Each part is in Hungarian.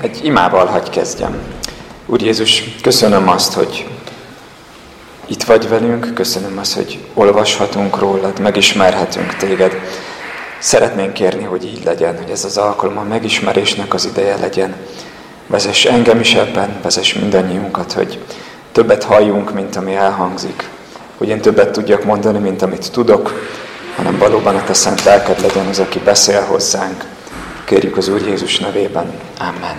Egy imával hadd kezdjem. Úr Jézus, köszönöm azt, hogy itt vagy velünk, köszönöm azt, hogy olvashatunk rólad, megismerhetünk téged. Szeretnénk kérni, hogy így legyen, hogy ez az alkalom a megismerésnek az ideje legyen. Vezess engem is ebben, vezess mindannyiunkat, hogy többet halljunk, mint ami elhangzik. Hogy én többet tudjak mondani, mint amit tudok, hanem valóban a te szent lelked legyen az, aki beszél hozzánk. Kérjük az Úr Jézus nevében. Amen.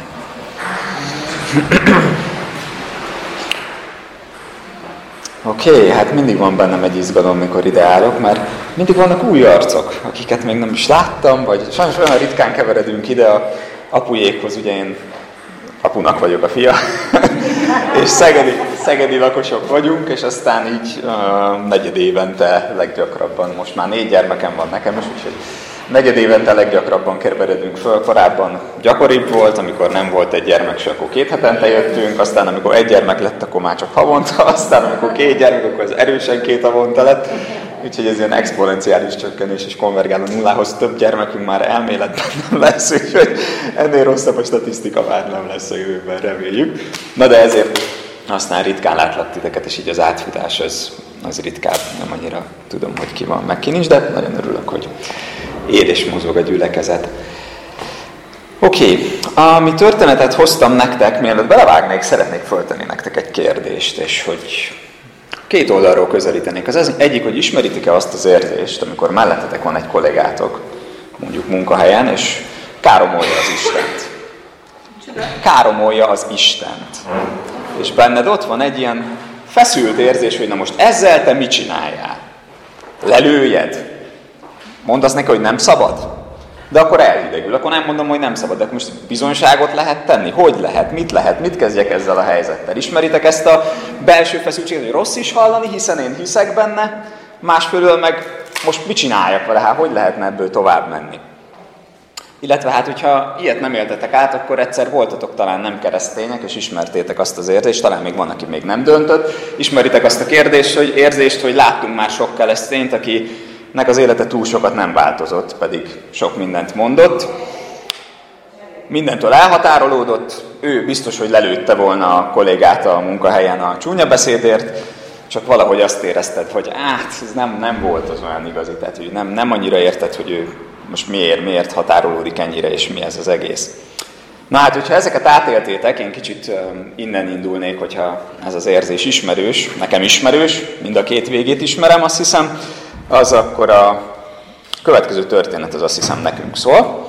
Oké, hát mindig van bennem egy izgalom, mikor ide állok, mert mindig vannak új arcok, akiket még nem is láttam, vagy sajnos olyan ritkán keveredünk ide a apujékhoz, ugye én apunak vagyok a fia, és szegedi lakosok vagyunk, és aztán így negyed évente leggyakrabban, most már 4 gyermekem van nekem is, úgyhogy negyed évente leggyakrabban keveredünk föl. Korábban gyakoribb volt, amikor nem volt egy gyermek se, akkor 2 hetente jöttünk, aztán amikor 1 gyermek lett, akkor már csak havonta, aztán amikor 2 gyermek, akkor az erősen 2 havonta lett. Úgyhogy ez ilyen exponenciális csökkenés és konvergál a nullához, több gyermekünk már elméletben nem lesz, úgyhogy ennél rosszabb a statisztika már nem lesz a jövőben, reméljük. Na de ezért aztán ritkán látlak titeket, és így az átfutás az ritkább, nem annyira tudom, hogy ki van, meg ki nincs, de nagyon örülök, hogy él és mozog a gyülekezet. Oké, ami történetet hoztam nektek, mielőtt belevágnék, szeretnék föltenni nektek egy kérdést, és hogy 2 oldalról közelítenék. Az egyik, hogy ismeritek-e azt az érzést, amikor mellettetek van egy kollégátok, mondjuk munkahelyen, és káromolja az Istent. Káromolja az Istent. És benned ott van egy ilyen feszült érzés, hogy na most ezzel te mit csináljál? Lelőjed? Mondasz neki, hogy nem szabad? De akkor elhidegül, akkor nem mondom, hogy nem szabad. De most bizonyságot lehet tenni? Hogy lehet? Mit kezdjek ezzel a helyzettel? Ismeritek ezt a belső feszültséget, hogy rossz is hallani, hiszen én hiszek benne, másfelől meg most mit csináljak vele? Hát hogy lehetne ebből tovább menni? Illetve hát, hogyha ilyet nem éltetek át, akkor egyszer voltatok talán nem keresztények, és ismertétek azt az érzést, talán még van, aki még nem döntött. Ismeritek azt a érzést, hogy láttunk már sok keresztényt, akinek az élete túl sokat nem változott, pedig sok mindent mondott. Mindentől elhatárolódott, ő biztos, hogy lelőtte volna a kollégát a munkahelyen a csúnya beszédért, csak valahogy azt érezted, hogy ez nem volt az olyan igazi, tehát hogy nem annyira érted, hogy ő most miért határolódik ennyire, és mi ez az egész. Na hát, hogyha ezeket átéltétek, én kicsit innen indulnék, hogyha ez az érzés ismerős, nekem ismerős, mind a 2 végét ismerem, azt hiszem, az akkor a következő történet, az azt hiszem nekünk szól.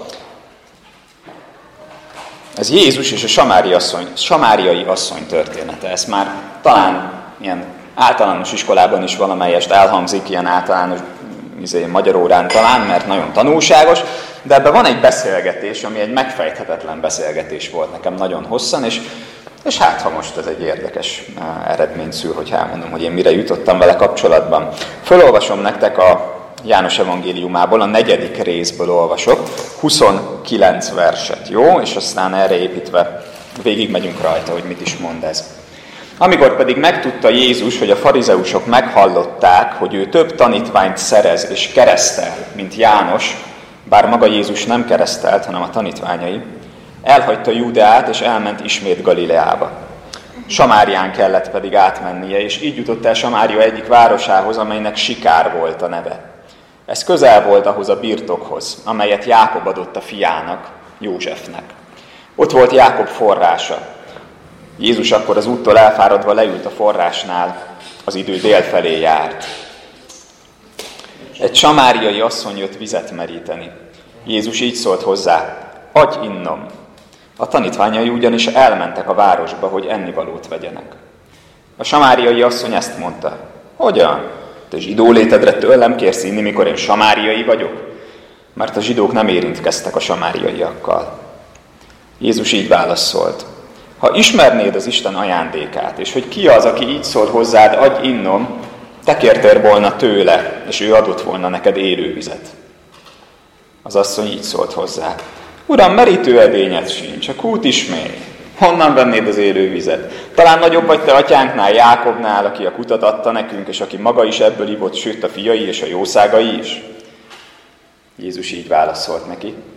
Ez Jézus és a samáriai asszony története. Ez már talán ilyen általános iskolában is valamelyest elhangzik, ilyen általános magyar órán talán, mert nagyon tanulságos, de ebben van egy beszélgetés, ami egy megfejthetetlen beszélgetés volt nekem nagyon hosszan, és hát ha most ez egy érdekes eredményt szül, hogy elmondom, hogy én mire jutottam vele kapcsolatban. Fölolvasom nektek a János evangéliumából, a 4. részből olvasok, 29 verset, jó? És aztán erre építve végigmegyünk rajta, hogy mit is mond ez. Amikor pedig megtudta Jézus, hogy a farizeusok meghallották, hogy ő több tanítványt szerez és keresztel, mint János, bár maga Jézus nem keresztelt, hanem a tanítványai, elhagyta Júdeát és elment ismét Galileába. Samárián kellett pedig átmennie, és így jutott el Samária egyik városához, amelynek Sikár volt a neve. Ez közel volt ahhoz a birtokhoz, amelyet Jákob adott a fiának, Józsefnek. Ott volt Jákob forrása. Jézus akkor az úttól elfáradva leült a forrásnál, az idő dél felé járt. Egy samáriai asszony jött vizet meríteni. Jézus így szólt hozzá, adj innom. A tanítványai ugyanis elmentek a városba, hogy ennivalót vegyenek. A samáriai asszony ezt mondta, hogyan? Te zsidó létedre tőlem kérsz inni, mikor én samáriai vagyok? Mert a zsidók nem érintkeztek a samáriaiakkal. Jézus így válaszolt, ha ismernéd az Isten ajándékát, és hogy ki az, aki így szól hozzád, adj innom, te kértél volna tőle, és ő adott volna neked élő vizet. Az asszony így szólt hozzá, Uram, merítő edényed sincs, a kút is mély. Honnan vennéd az élő vizet? Talán nagyobb vagy te atyánknál, Jákobnál, aki a kutat adta nekünk, és aki maga is ebből ivott, sőt a fiai és a jószágai is? Jézus így válaszolt neki.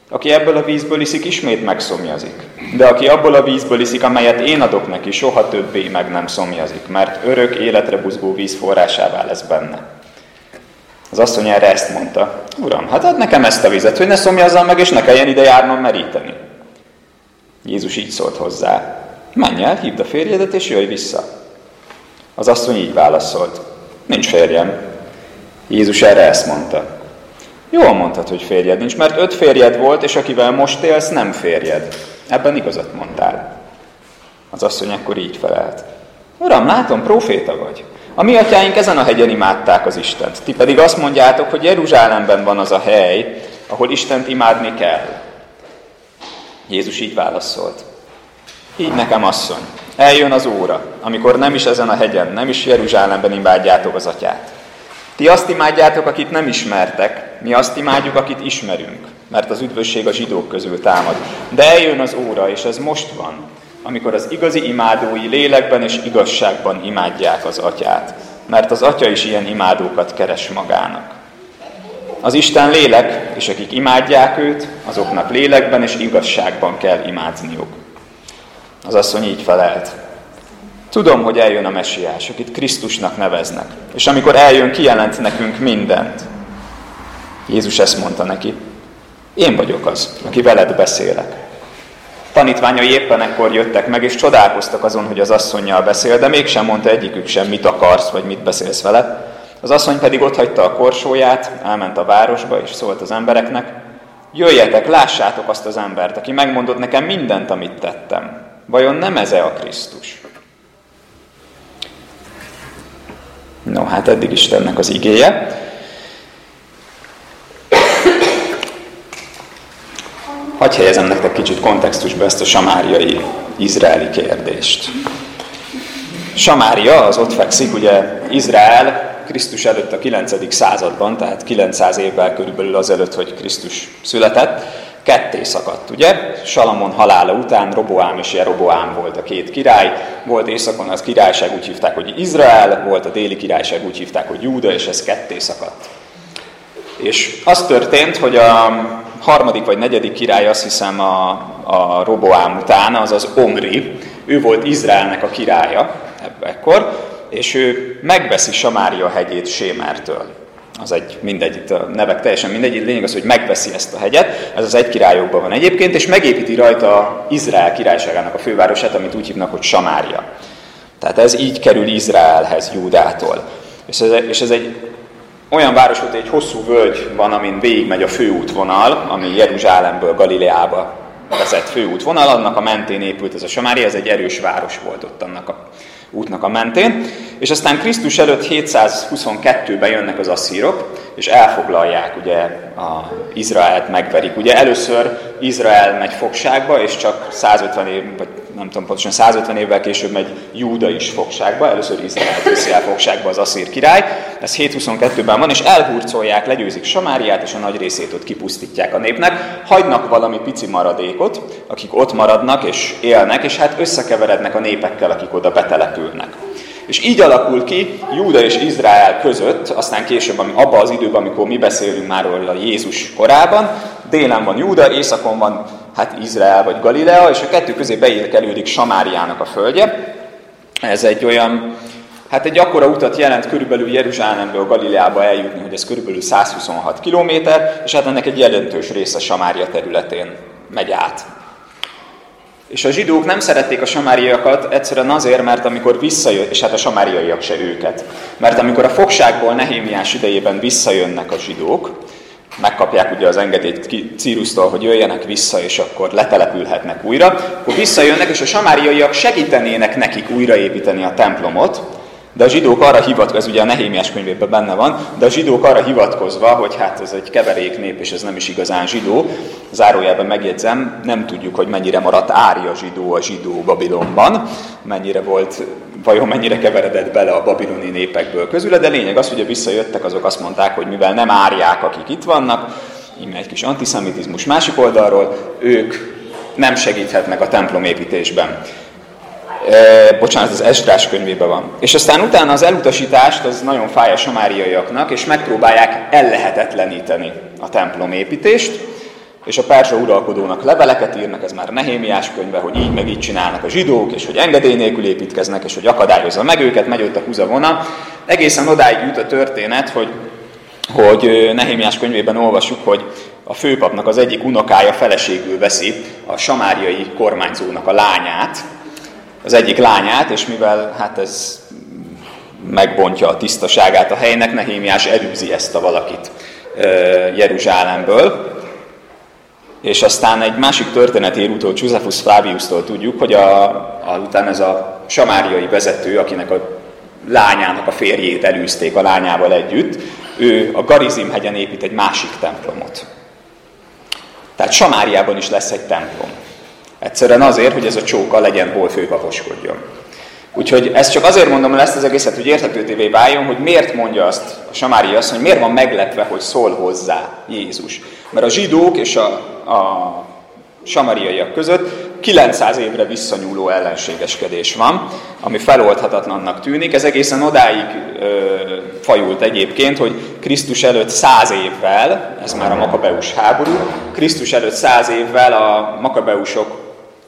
Aki ebből a vízből iszik, ismét megszomjazik. De aki abból a vízből iszik, amelyet én adok neki, soha többé meg nem szomjazik, mert örök életre buzgó víz forrásává lesz benne. Az asszony erre ezt mondta: Uram, hát add nekem ezt a vizet, hogy ne szomjazzam meg, és ne kelljen ide járnom meríteni. Jézus így szólt hozzá: Menj el, hívd a férjedet, és jöjj vissza. Az asszony így válaszolt: Nincs férjem. Jézus erre ezt mondta: Jól mondtad, hogy férjed nincs, mert 5 férjed volt, és akivel most élsz, nem férjed. Ebben igazat mondtál. Az asszony akkor így felelt: Uram, látom, próféta vagy. A mi atyáink ezen a hegyen imádták az Istent. Ti pedig azt mondjátok, hogy Jeruzsálemben van az a hely, ahol Istent imádni kell. Jézus így válaszolt: Így nekem, asszony, eljön az óra, amikor nem is ezen a hegyen, nem is Jeruzsálemben imádjátok az atyát. Ti azt imádjátok, akit nem ismertek, mi azt imádjuk, akit ismerünk, mert az üdvösség a zsidók közül támad. De eljön az óra, és ez most van, amikor az igazi imádói lélekben és igazságban imádják az atyát, mert az atya is ilyen imádókat keres magának. Az Isten lélek, és akik imádják őt, azoknak lélekben és igazságban kell imádniuk. Az asszony így felelt: Tudom, hogy eljön a Mesiás, akit Krisztusnak neveznek, és amikor eljön, kijelent nekünk mindent. Jézus ezt mondta neki: Én vagyok az, aki veled beszélek. Tanítványai éppen ekkor jöttek meg, és csodálkoztak azon, hogy az asszonnyal beszél, de mégsem mondta egyikük sem, mit akarsz, vagy mit beszélsz vele. Az asszony pedig otthagyta a korsóját, elment a városba, és szólt az embereknek: Jöjjetek, lássátok azt az embert, aki megmondott nekem mindent, amit tettem. Vajon nem ez-e a Krisztus? No, hát eddig Istennek az igéje. Hadd helyezem nektek kicsit kontextusba ezt a samáriai izraeli kérdést. Samária, az ott fekszik, ugye Izrael Krisztus előtt a 9. században, tehát 900 évvel körülbelül azelőtt, hogy Krisztus született, ketté szakadt, ugye? Salamon halála után Roboám és Jeroboám volt a 2 király. Volt északon az királyság, úgy hívták, hogy Izrael, volt a déli királyság, úgy hívták, hogy Júda, és ez ketté szakadt. És az történt, hogy a 3. vagy 4. király, azt hiszem a Roboám után, azaz Omri, ő volt Izraelnek a királya ekkor, és ő megveszi Samária hegyét Sémertől. Az mindegy, itt a nevek teljesen mindegy, lényeg az, hogy megveszi ezt a hegyet, ez az 1 királyokban van egyébként, és megépíti rajta Izrael királyságának a fővárosát, amit úgy hívnak, hogy Samária. Tehát ez így kerül Izraelhez, Júdától. És ez egy olyan város volt, egy hosszú völgy van, amin végigmegy a főútvonal, ami Jeruzsálemből Galileába vezet főútvonal, annak a mentén épült ez a Samária, ez egy erős város volt ott annak a útnak a mentén. És aztán Krisztus előtt 722-ben jönnek az asszírok, és elfoglalják, ugye, Izraelt megverik. Ugye először Izrael megy fogságba, és csak 150 év, vagy nem tudom pontosan, 150 évvel később megy Júda is fogságba, először Izrael teszi el fogságba az asszír király, ez 722-ben van, és elhurcolják, legyőzik Samáriát, és a nagy részét ott kipusztítják a népnek, hagynak valami pici maradékot, akik ott maradnak és élnek, és hát összekeverednek a népekkel, akik oda betelepülnek. És így alakul ki Júda és Izrael között, aztán később, abban az időben, amikor mi beszélünk már róla Jézus korában, délen van Júda, északon van hát Izrael vagy Galilea, és a kettő közé beérkelődik Samáriának a földje. Ez egy olyan, hát egy akkora utat jelent körülbelül Jeruzsálemből Galileába eljutni, hogy ez körülbelül 126 kilométer, és hát ennek egy jelentős része Samária területén megy át. És a zsidók nem szerették a samáriaiakat egyszerűen azért, mert amikor visszajött, és hát a samáriaiak se őket, mert amikor a fogságból Nehémiás idejében visszajönnek a zsidók, megkapják ugye az engedélyt Círusztól, hogy jöjjenek vissza, és akkor letelepülhetnek újra, akkor visszajönnek, és a samáriaiak segítenének nekik újraépíteni a templomot, de a zsidók arra hivatkozva, ez ugye a Nehémiás könyvében benne van, de a zsidók arra hivatkozva, hogy hát ez egy keverék nép, és ez nem is igazán zsidó, zárójelben megjegyzem, nem tudjuk, hogy mennyire maradt ária a zsidó Babilonban, vajon mennyire keveredett bele a babiloni népekből közül, de lényeg az, hogy visszajöttek, azok azt mondták, hogy mivel nem áriák, akik itt vannak, íme egy kis antiszemitizmus másik oldalról, ők nem segíthetnek a templomépítésben. Bocsánat, az Esdrás könyvében van. És aztán utána az elutasítást, az nagyon fáj a samáriaiaknak, és megpróbálják ellehetetleníteni a templomépítést, és a perzsa uralkodónak leveleket írnak, ez már Nehémiás könyve, hogy így meg így csinálnak a zsidók, és hogy engedély nélkül építkeznek, és hogy akadályozza meg őket, megy ott a húzavona. Egészen odáig jut a történet, hogy Nehémiás könyvében olvassuk, hogy a főpapnak az egyik unokája feleségül veszi a samáriai kormányzónak a lányát, az egyik lányát, és mivel hát ez megbontja a tisztaságát a helynek, Nehémiás elűzi ezt a valakit Jeruzsálemből. És aztán egy másik történetírútól, Josephus Flaviustól tudjuk, hogy után ez a samáriai vezető, akinek a lányának a férjét elűzték a lányával együtt, ő a Garizim hegyen épít egy másik templomot. Tehát Samáriában is lesz egy templom. Egyszerűen azért, hogy ez a csóka legyen, hol főpaposkodjon. Úgyhogy ezt csak azért mondom el ezt az egészet, hogy érthetővé váljon, hogy miért mondja azt a samáriai azt, hogy miért van meglepve, hogy szól hozzá Jézus. Mert a zsidók és a samariaiak között 900 évre visszanyúló ellenségeskedés van, ami feloldhatatlannak tűnik. Ez egészen odáig fajult egyébként, hogy Krisztus előtt 100 évvel, ez már a Makabeus háború, Krisztus előtt 100 évvel a makabeusok,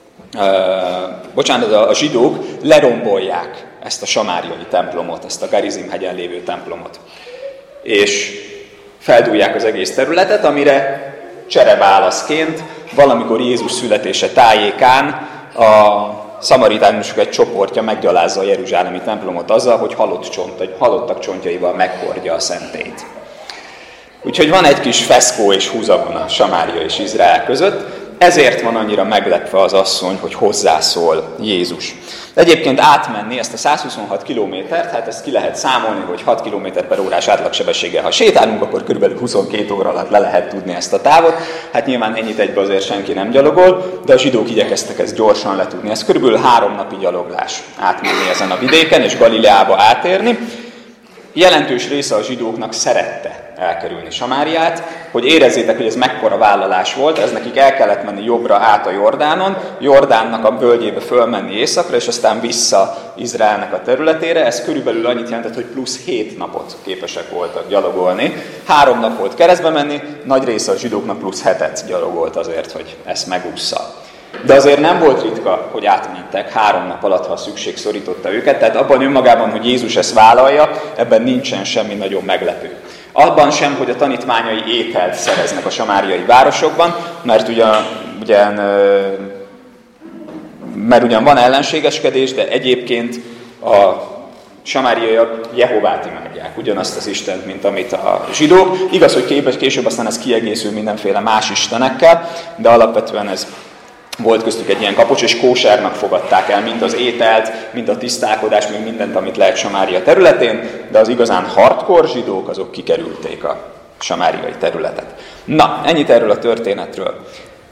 a zsidók lerombolják ezt a samáriai templomot, ezt a Garizim hegyen lévő templomot. És feldúlják az egész területet, amire csereválaszként valamikor Jézus születése tájékán a szamaritánusok egy csoportja meggyalázza a jeruzsálemi templomot azzal, hogy halottak csontjaival meghordja a szentélyt. Úgyhogy van egy kis feszkó és húzavona Samária és Izrael között, ezért van annyira meglepve az asszony, hogy hozzászól Jézus. De egyébként átmenni ezt a 126 kilométert, hát ezt ki lehet számolni, hogy 6 km/h átlagsebességgel, ha sétálunk, akkor kb. 22 óra alatt le lehet tudni ezt a távot. Hát nyilván ennyit egybe azért senki nem gyalogol, de a zsidók igyekeztek ezt gyorsan letudni. Ez kb. 3 napi gyaloglás átmenni ezen a vidéken és Galileába átérni. Jelentős része a zsidóknak szerette elkerülni Samáriát, hogy érezzétek, hogy ez mekkora vállalás volt, ez nekik el kellett menni jobbra át a Jordánon, Jordánnak a völgyébe fölmenni északra, és aztán vissza Izraelnek a területére. Ez körülbelül annyit jelentett, hogy plusz 7 napot képesek voltak gyalogolni. 3 nap volt keresztbe menni, nagy része a zsidóknak plusz 7-et gyalogolt azért, hogy ezt megússza. De azért nem volt ritka, hogy átmentek 3 nap alatt, ha a szükség szorította őket, tehát abban önmagában, hogy Jézus ezt vállalja, ebben nincsen semmi nagyon meglepő. Abban sem, hogy a tanítványai ételt szereznek a samáriai városokban, mert ugyan van ellenségeskedés, de egyébként a samáriaiak Jehovát imádják, ugyanazt az Istent, mint amit a zsidók. Igaz, hogy később aztán ez kiegészül mindenféle más istenekkel, de alapvetően ez volt köztük egy ilyen kapocs, és kósernak fogadták el mind az ételt, mind a tisztálkodást, mind mindent, amit lehet Samária területén, de az igazán hardcore zsidók, azok kikerülték a samáriai területet. Na, ennyit erről a történetről.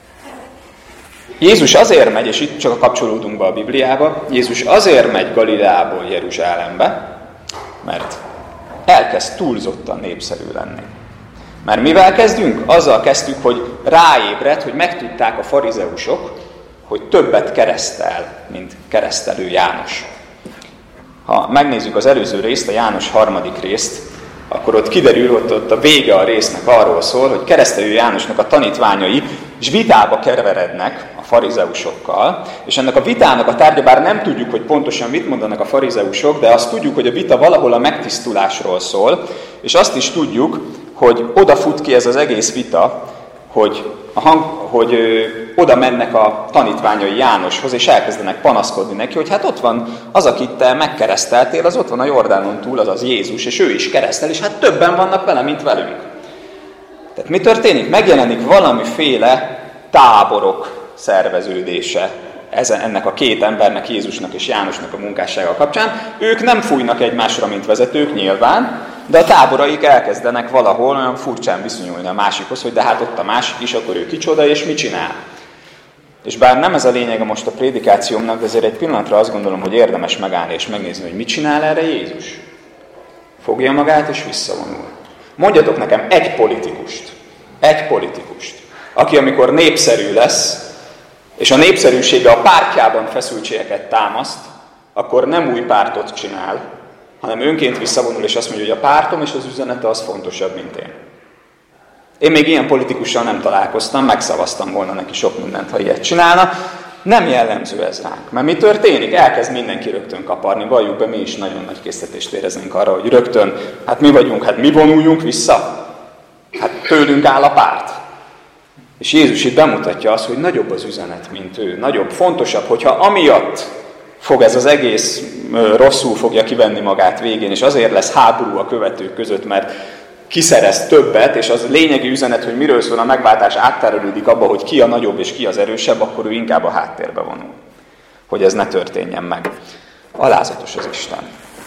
Jézus azért megy, és itt csak kapcsolódunk be a Bibliába, Jézus azért megy Galileából Jeruzsálembe, mert elkezd túlzottan népszerű lenni. Mert mivel kezdünk? Azzal kezdtük, hogy ráébredt, hogy megtudták a farizeusok, hogy többet keresztel, mint keresztelő János. Ha megnézzük az előző részt, a János 3. részt, akkor ott kiderül, ott a vége a résznek arról szól, hogy keresztelő Jánosnak a tanítványai és vitába keverednek a farizeusokkal, és ennek a vitának a tárgya, bár nem tudjuk, hogy pontosan mit mondanak a farizeusok, de azt tudjuk, hogy a vita valahol a megtisztulásról szól, és azt is tudjuk, hogy oda fut ki ez az egész vita, hogy oda mennek a tanítványai Jánoshoz, és elkezdenek panaszkodni neki, hogy hát ott van az, akit te megkereszteltél, az ott van a Jordánon túl, azaz Jézus, és ő is keresztel, és hát többen vannak vele, mint velünk. Tehát mi történik? Megjelenik valamiféle táborok szerveződése ennek a 2 embernek, Jézusnak és Jánosnak a munkássága kapcsán. Ők nem fújnak egymásra, mint vezetők nyilván, de a táboraik elkezdenek valahol olyan furcsán viszonyulni a másikhoz, hogy de hát ott a másik is, akkor ő kicsoda és mit csinál. És bár nem ez a lényege most a prédikációmnak, de azért egy pillanatra azt gondolom, hogy érdemes megállni és megnézni, hogy mit csinál erre Jézus. Fogja magát és visszavonul. Mondjatok nekem egy politikust, aki amikor népszerű lesz, és a népszerűsége a pártjában feszültségeket támaszt, akkor nem új pártot csinál, hanem önként visszavonul, és azt mondja, hogy a pártom és az üzenete az fontosabb, mint én. Én még ilyen politikussal nem találkoztam, megszavaztam volna neki sok mindent, ha ilyet csinálna. Nem jellemző ez ránk. Mert mi történik? Elkezd mindenki rögtön kaparni. Valljuk be, mi is nagyon nagy késztetést éreznénk arra, hogy rögtön, hát mi vagyunk, hát mi vonuljunk vissza. Hát tőlünk áll a párt. És Jézus itt bemutatja azt, hogy nagyobb az üzenet, mint ő. Nagyobb, fontosabb, hogyha amiatt fog ez az egész rosszul fogja kivenni magát végén, és azért lesz háború a követők között, mert kiszerez többet, és az lényegi üzenet, hogy miről szól a megváltás, átterelődik abba, hogy ki a nagyobb és ki az erősebb, akkor ő inkább a háttérbe vonul. Hogy ez ne történjen meg. Alázatos az Isten.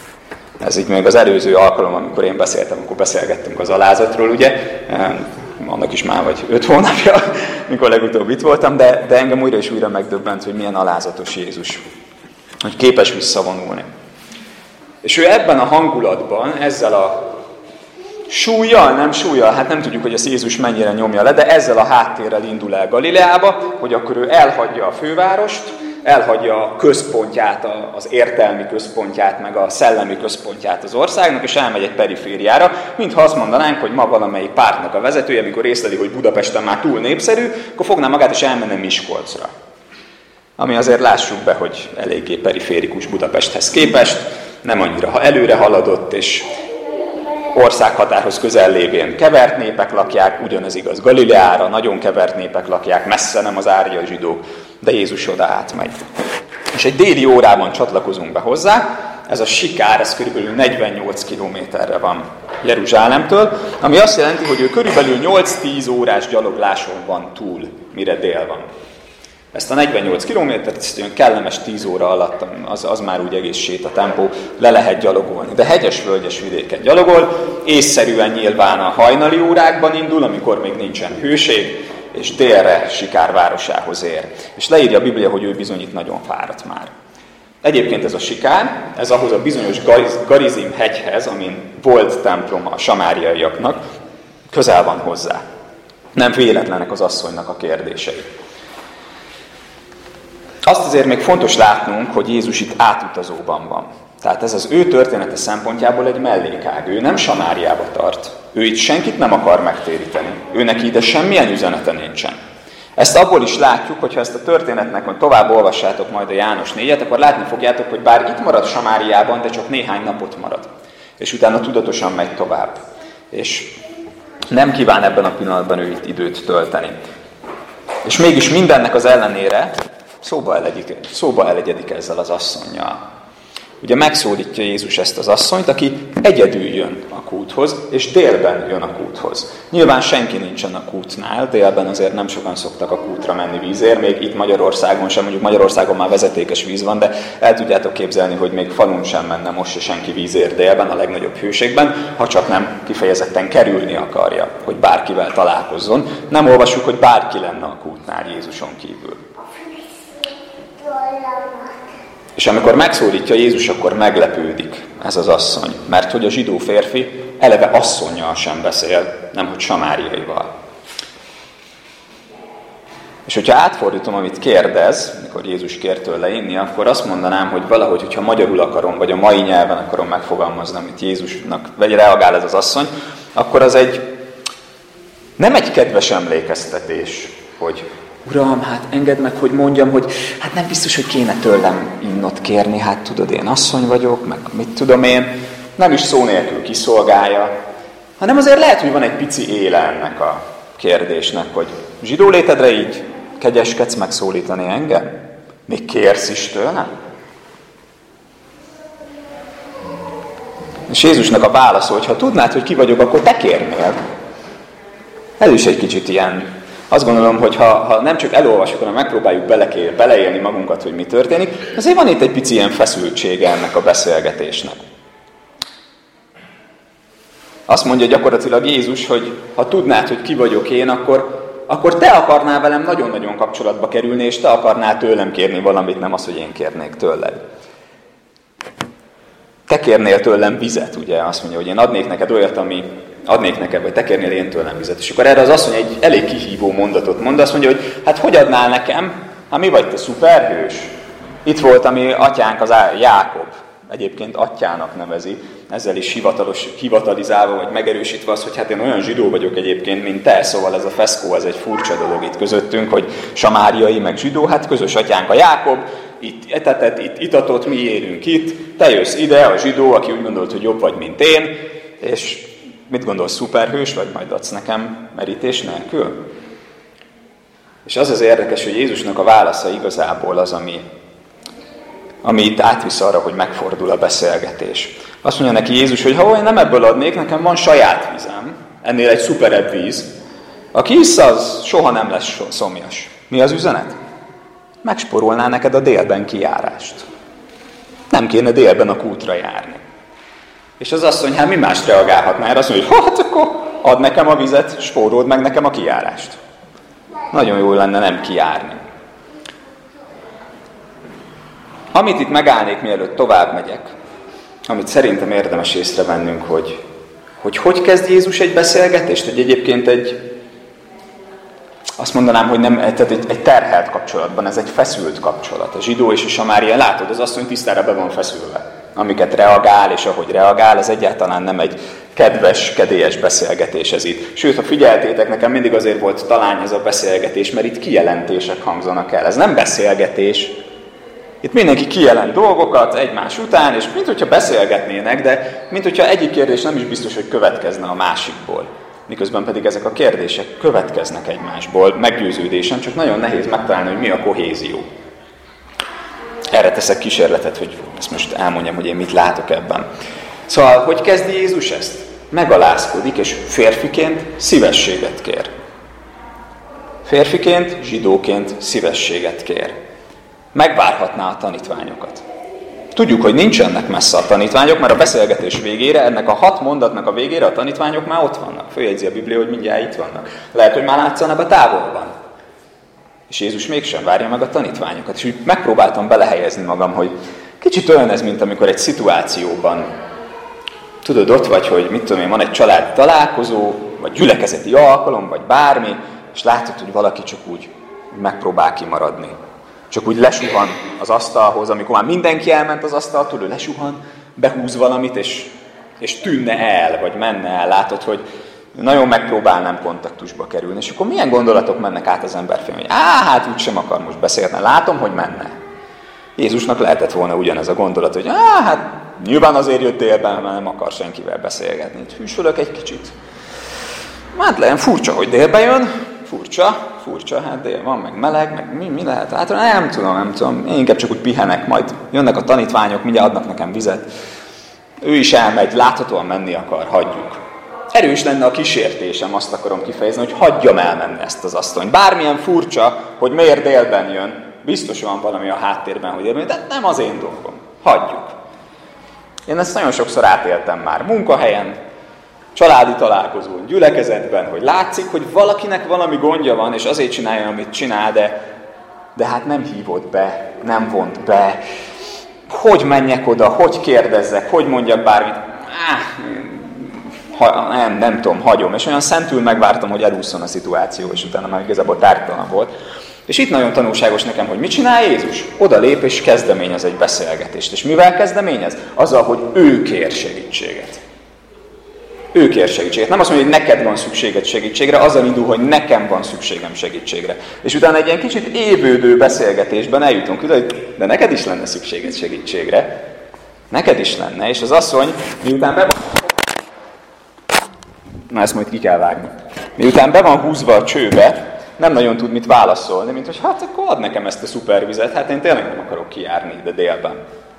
Ez így még az előző alkalom, amikor én beszéltem, amikor beszélgettünk az alázatról, ugye, annak is már vagy 5 hónapja, mikor legutóbb itt voltam, de engem újra és újra megdöbbent, hogy milyen alázatos Jézus, hogy képes visszavonulni. És ő ebben a hangulatban, ezzel a súllyal, nem súllyal, hát nem tudjuk, hogy az Jézus mennyire nyomja le, de ezzel a háttérrel indul el Galileába, hogy akkor ő elhagyja a fővárost, elhagyja a központját, az értelmi központját, meg a szellemi központját az országnak, és elmegy egy perifériára, mintha azt mondanánk, hogy ma valamelyik pártnak a vezetője, amikor észleli, hogy Budapesten már túl népszerű, akkor fogná magát és elmenne Miskolcra. Ami azért lássuk be, hogy eléggé periférikus Budapesthez képest, nem annyira előre haladott, és országhatárhoz közel lévén kevert népek lakják, ugyanez igaz Galileára, nagyon kevert népek lakják, messze nem az áriai zsidók, de Jézus oda átmegy. És egy déli órában csatlakozunk be hozzá, ez a Sikár, ez körülbelül 48 kilométerre van Jeruzsálemtől, ami azt jelenti, hogy ő körülbelül 8-10 órás gyalogláson van túl, mire dél van. Ezt a 48 kilométert, ezt olyan kellemes 10 óra alatt, az már úgy egész sétatempó, le lehet gyalogolni. De hegyes-völgyes vidéken gyalogol, észszerűen nyilván a hajnali órákban indul, amikor még nincsen hőség, és délre Sikár városához ér. És leírja a Biblia, hogy ő bizony itt nagyon fáradt már. Egyébként ez a Sikár, ez ahhoz a bizonyos Garizim hegyhez, amin volt templom a samáriaiaknak, közel van hozzá. Nem véletlenek az asszonynak a kérdései. Azt azért még fontos látnunk, hogy Jézus itt átutazóban van. Tehát ez az ő története szempontjából egy mellékág. Ő nem Samáriába tart. Ő itt senkit nem akar megtéríteni. Ő neki ide semmilyen üzenete nincsen. Ezt abból is látjuk, hogyha ezt a történetnek tovább olvassátok majd a János 4-et, akkor látni fogjátok, hogy bár itt marad Samáriában, de csak néhány napot marad. És utána tudatosan megy tovább. És nem kíván ebben a pillanatban ő itt időt tölteni. És mégis mindennek az ellenére szóba elegyedik ezzel az asszonnyal. Ugye megszólítja Jézus ezt az asszonyt, aki egyedül jön a kúthoz, és délben jön a kúthoz. Nyilván senki nincsen a kútnál, délben azért nem sokan szoktak a kútra menni vízért, még itt Magyarországon sem, mondjuk Magyarországon már vezetékes víz van, de el tudjátok képzelni, hogy még falun sem menne most se senki vízért délben, a legnagyobb hőségben, ha csak nem kifejezetten kerülni akarja, hogy bárkivel találkozzon. Nem olvassuk, hogy bárki lenne a kútnál Jézuson kívül. És amikor megszólítja Jézus, akkor meglepődik ez az asszony, mert hogy a zsidó férfi eleve asszonnyal sem beszél, nemhogy samáriaival. És hogyha átfordítom, amit kérdez, mikor Jézus kér tőle inni, akkor azt mondanám, hogy valahogy, hogyha magyarul akarom, vagy a mai nyelven akarom megfogalmazni, amit Jézusnak reagál ez az asszony, akkor az nem egy kedves emlékeztetés, hogy Uram, hát engedd meg, hogy mondjam, hogy hát nem biztos, hogy kéne tőlem innot kérni, hát tudod, én asszony vagyok, meg mit tudom én, nem is szó nélkül kiszolgálja, hanem azért lehet, hogy van egy pici éle ennek a kérdésnek, hogy zsidó létedre így kegyeskedsz megszólítani engem? Még kérsz is tőlem? És Jézusnak a válasza, hogy ha tudnád, hogy ki vagyok, akkor te kérnél. Ez is egy kicsit ilyen. Azt gondolom, hogy ha nem csak elolvasjuk, hanem megpróbáljuk beleélni magunkat, hogy mi történik, azért van itt egy pici ilyen feszültsége ennek a beszélgetésnek. Azt mondja gyakorlatilag Jézus, hogy ha tudnád, hogy ki vagyok én, akkor te akarnál velem nagyon-nagyon kapcsolatba kerülni, és te akarnál tőlem kérni valamit, nem az, hogy én kérnék tőled. Te kérnél tőlem vizet, ugye? Azt mondja, hogy én adnék neked olyat, ami adnék neked, vagy te kérnél én tőlem vizet. És akkor erre az asszony egy elég kihívó mondatot mond, azt mondja, hogy hát hogy adnál nekem? Hát mi vagy te szuperhős? Itt volt a mi atyánk, az Jákob. egyébként atyának nevezi, ezzel is hivatalizálva, vagy megerősítve az, hogy hát én olyan zsidó vagyok egyébként, mint te, szóval ez a feszkó, ez egy furcsa dolog itt közöttünk, hogy samáriai, meg zsidó, hát közös atyánk a Jákob, itt etetett, itt itatott, mi élünk itt, te jössz ide, a zsidó, aki úgy gondolt, hogy jobb vagy, mint én, és mit gondolsz, szuperhős, vagy majd adsz nekem merítés nélkül? És az érdekes, hogy Jézusnak a válasza igazából az, ami itt átvisz arra, hogy megfordul a beszélgetés. Azt mondja neki Jézus, hogy ha én nem ebből adnék, nekem van saját vízem, ennél egy szuperebb víz. Aki iszza, az soha nem lesz szomjas. Mi az üzenet? Megsporolná neked a délben kijárást. Nem kéne délben a kútra járni. És az asszony, hát mi mást reagálhatná erre? Azt mondja, hogy hát akkor add nekem a vizet, spórold meg nekem a kijárást. Nagyon jó lenne nem kijárni. Amit itt megállnék, mielőtt tovább megyek, amit szerintem érdemes észrevennünk, hogy kezd Jézus egy beszélgetést, hogy egyébként azt mondanám, hogy nem, tehát egy terhelt kapcsolatban, ez egy feszült kapcsolat. A zsidó és a samária, látod, az asszony tisztára be van feszülve. Amiket reagál, és ahogy reagál, ez egyáltalán nem egy kedves, kedélyes beszélgetés ez itt. Sőt, ha figyeltétek, nekem mindig azért volt talán ez a beszélgetés, mert itt kijelentések hangzanak el. Ez nem beszélgetés. Itt mindenki kijelent dolgokat egymás után, és mint hogyha beszélgetnének, de mint hogyha egyik kérdés nem is biztos, hogy következne a másikból. Miközben pedig ezek a kérdések következnek egymásból, meggyőződésen, csak nagyon nehéz megtalálni, hogy mi a kohézió. Erre teszek kísérletet, hogy ezt most elmondjam, hogy én mit látok ebben. Szóval, hogy kezdi Jézus ezt? Megalázkodik, és férfiként szívességet kér. Férfiként, zsidóként szívességet kér. Megvárhatná a tanítványokat. Tudjuk, hogy nincsenek messze a tanítványok, mert a beszélgetés végére, ennek a 6 mondatnak a végére a tanítványok már ott vannak. Följegyzi a Biblia, hogy mindjárt itt vannak. Lehet, hogy már látszanak a távolban. És Jézus mégsem várja meg a tanítványokat. És úgy megpróbáltam belehelyezni magam, hogy kicsit olyan ez, mint amikor egy szituációban, tudod, ott vagy, hogy mit tudom én, van egy családi találkozó, vagy gyülekezeti alkalom, vagy bármi, és látod, hogy valaki csak úgy megpróbál kimaradni. Csak úgy lesuhan az asztalhoz, amikor már mindenki elment az asztaltól, ő lesuhan, behúz valamit, és tűnne el, vagy menne el. Látod, hogy nagyon megpróbálnám kontaktusba kerülni. És akkor milyen gondolatok mennek át az ember fején, hogy hát úgysem akar most beszélni. Látom, hogy menne. Jézusnak lehetett volna ugyanez a gondolat, hogy hát nyilván azért jött délben, mert nem akar senkivel beszélgetni. Itt hűsölök egy kicsit. Hát legyen furcsa, hogy délben jön. Furcsa, hát dél van, meg meleg, meg mi lehet? Hát nem tudom. Én inkább csak úgy pihenek, majd jönnek a tanítványok, mindjárt adnak nekem vizet. Ő is elmegy, láthatóan menni akar, hagyjuk. Erős lenne a kísértésem, azt akarom kifejezni, hogy hagyjam elmenni ezt az asszonyt. Bármilyen furcsa, hogy miért délben jön, biztos van valami a háttérben, hogy élmény, de nem az én dolgom. Hagyjuk. Én ezt nagyon sokszor átéltem már munkahelyen, családi találkozón, gyülekezetben, hogy látszik, hogy valakinek valami gondja van, és azért csinálja, amit csinál, de hát nem hívott be, nem vont be. Hogy menjek oda, hogy kérdezzek, hogy mondjak bármit? Nem tudom, hagyom. És olyan szentül megvártam, hogy elússzon a szituáció, és utána már igazából tárgytalan volt. És itt nagyon tanulságos nekem, hogy mit csinál Jézus? Oda lép és kezdeményez egy beszélgetést. És mivel kezdeményez? Azzal, hogy ő kér segítséget. Ő kér segítséget. Nem azt mondja, hogy neked van szükséged segítségre, azzal indul, hogy nekem van szükségem segítségre. És utána egy ilyen kicsit évődő beszélgetésben eljutunk ide, hogy de neked is lenne szükséged segítségre. Neked is lenne. És az asszony, miután be van... Na, ezt majd ki kell vágni. Miután be van húzva a csőbe, nem nagyon tud mit válaszolni, mint hogy hát akkor add nekem ezt a szupervizet, hát én tényleg nem akarok kijárni ide délben.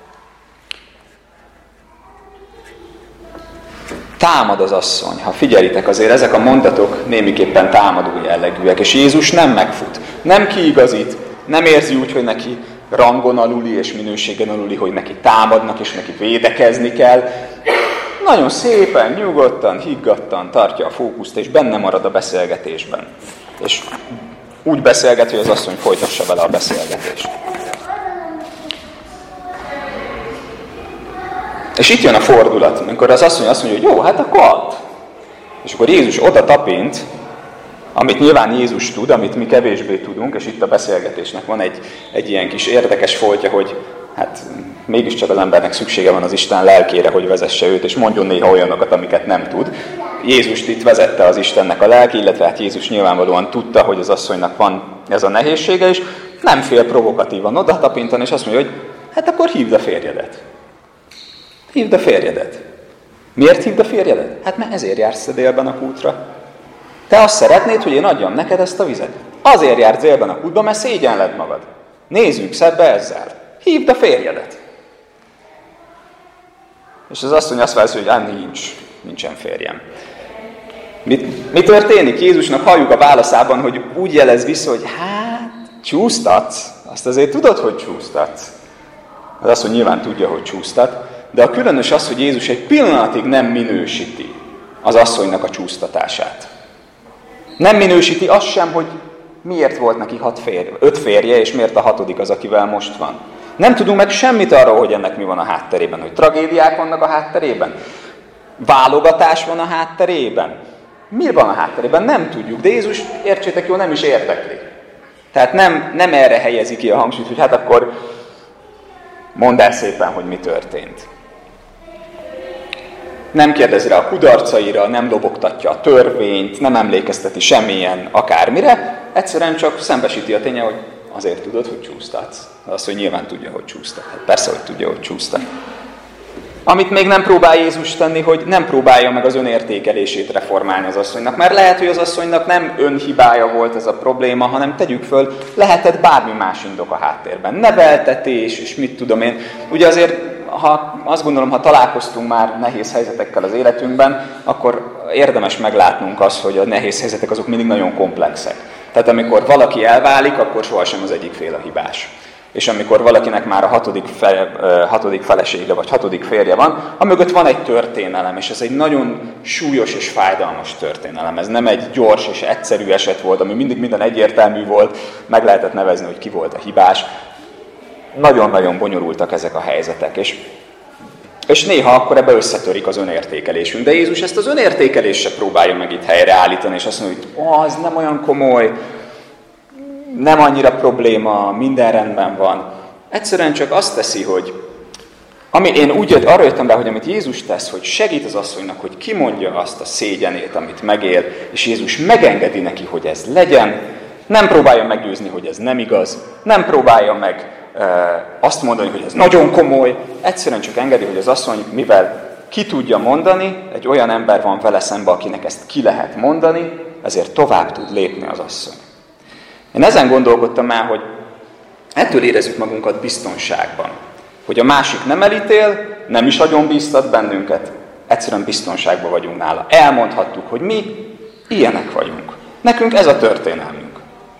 Támad az asszony. Ha figyelitek, azért ezek a mondatok némiképpen támadó jellegűek, és Jézus nem megfut, nem kiigazít, nem érzi úgy, hogy neki rangon aluli és minőségen aluli, hogy neki támadnak és neki védekezni kell. Nagyon szépen, nyugodtan, higgadtan tartja a fókuszt, és benne marad a beszélgetésben. És úgy beszélget, hogy az asszony folytassa vele a beszélgetést. És itt jön a fordulat, amikor az asszony azt mondja, hogy jó, hát akkor add. És akkor Jézus oda tapint, amit nyilván Jézus tud, amit mi kevésbé tudunk, és itt a beszélgetésnek van egy ilyen kis érdekes foltja, hogy hát mégiscsak az embernek szüksége van az Isten lelkére, hogy vezesse őt, és mondjon néha olyanokat, amiket nem tud. Jézust itt vezette az Istennek a lelki, illetve hát Jézus nyilvánvalóan tudta, hogy az asszonynak van ez a nehézsége, és nem fél provokatívan oda tapintani, és azt mondja, hogy hát akkor hívd a férjedet. Hívd a férjedet. Miért hívd a férjedet? Hát mert ezért jársz délben a kútra. Te azt szeretnéd, hogy én adjam neked ezt a vizet. Azért jársz délben a kútba, mert szégyenled magad. Nézzünk szebbe ezzel. Hívd a férjedet. És az asszony azt válaszolja, hogy nincsen férjem. Mi történik? Jézusnak halljuk a válaszában, hogy úgy jelez vissza, hogy hát, csúsztatsz. Azt azért tudod, hogy csúsztatsz. Az asszony nyilván tudja, hogy csúsztat, de a különös az, hogy Jézus egy pillanatig nem minősíti az asszonynak a csúsztatását. Nem minősíti azt sem, hogy miért volt neki 5 férje, és miért a 6. az, akivel most van. Nem tudunk meg semmit arról, hogy ennek mi van a hátterében, hogy tragédiák vannak a hátterében, válogatás van a hátterében. Mi van a hátterében? Nem tudjuk, de Jézus, értsétek jól, nem is érdekli. Tehát nem erre helyezi ki a hangsúlyt, hogy hát akkor mondd el szépen, hogy mi történt. Nem kérdezi rá a kudarcaira, nem lobogtatja a törvényt, nem emlékezteti semmilyen akármire, egyszerűen csak szembesíti a ténye, hogy azért tudod, hogy csúsztatsz. Az, hogy nyilván tudja, hogy csúsztat. Hát persze, hogy tudja, hogy csúsztat. Amit még nem próbál Jézus tenni, hogy nem próbálja meg az önértékelését reformálni az asszonynak. Mert lehet, hogy az asszonynak nem önhibája volt ez a probléma, hanem tegyük föl, lehetett bármi más indok a háttérben. Neveltetés, és mit tudom én. Ugye azért, azt gondolom, ha találkoztunk már nehéz helyzetekkel az életünkben, akkor érdemes meglátnunk azt, hogy a nehéz helyzetek azok mindig nagyon komplexek. Tehát amikor valaki elválik, akkor sohasem az egyik fél a hibás. És amikor valakinek már a 6. felesége vagy 6. férje van, amögött van egy történelem, és ez egy nagyon súlyos és fájdalmas történelem. Ez nem egy gyors és egyszerű eset volt, ami mindig minden egyértelmű volt, meg lehetett nevezni, hogy ki volt a hibás. Nagyon-nagyon bonyolultak ezek a helyzetek, és néha akkor ebbe összetörik az önértékelésünk. De Jézus ezt az önértékelést se próbálja meg itt helyreállítani, és azt mondja, hogy az nem olyan komoly, nem annyira probléma, minden rendben van. Egyszerűen csak azt teszi, hogy én arra jöttem rá, hogy amit Jézus tesz, hogy segít az asszonynak, hogy kimondja azt a szégyenét, amit megél, és Jézus megengedi neki, hogy ez legyen, nem próbálja meggyőzni, hogy ez nem igaz, nem próbálja meg azt mondani, hogy ez nagyon komoly, egyszerűen csak engedi, hogy az asszony, mivel ki tudja mondani, egy olyan ember van vele szembe, akinek ezt ki lehet mondani, ezért tovább tud lépni az asszony. Én ezen gondolkodtam el, hogy ettől érezzük magunkat biztonságban. Hogy a másik nem elítél, nem is nagyon bíztat bennünket, egyszerűen biztonságban vagyunk nála. Elmondhattuk, hogy mi ilyenek vagyunk. Nekünk ez a történelmünk.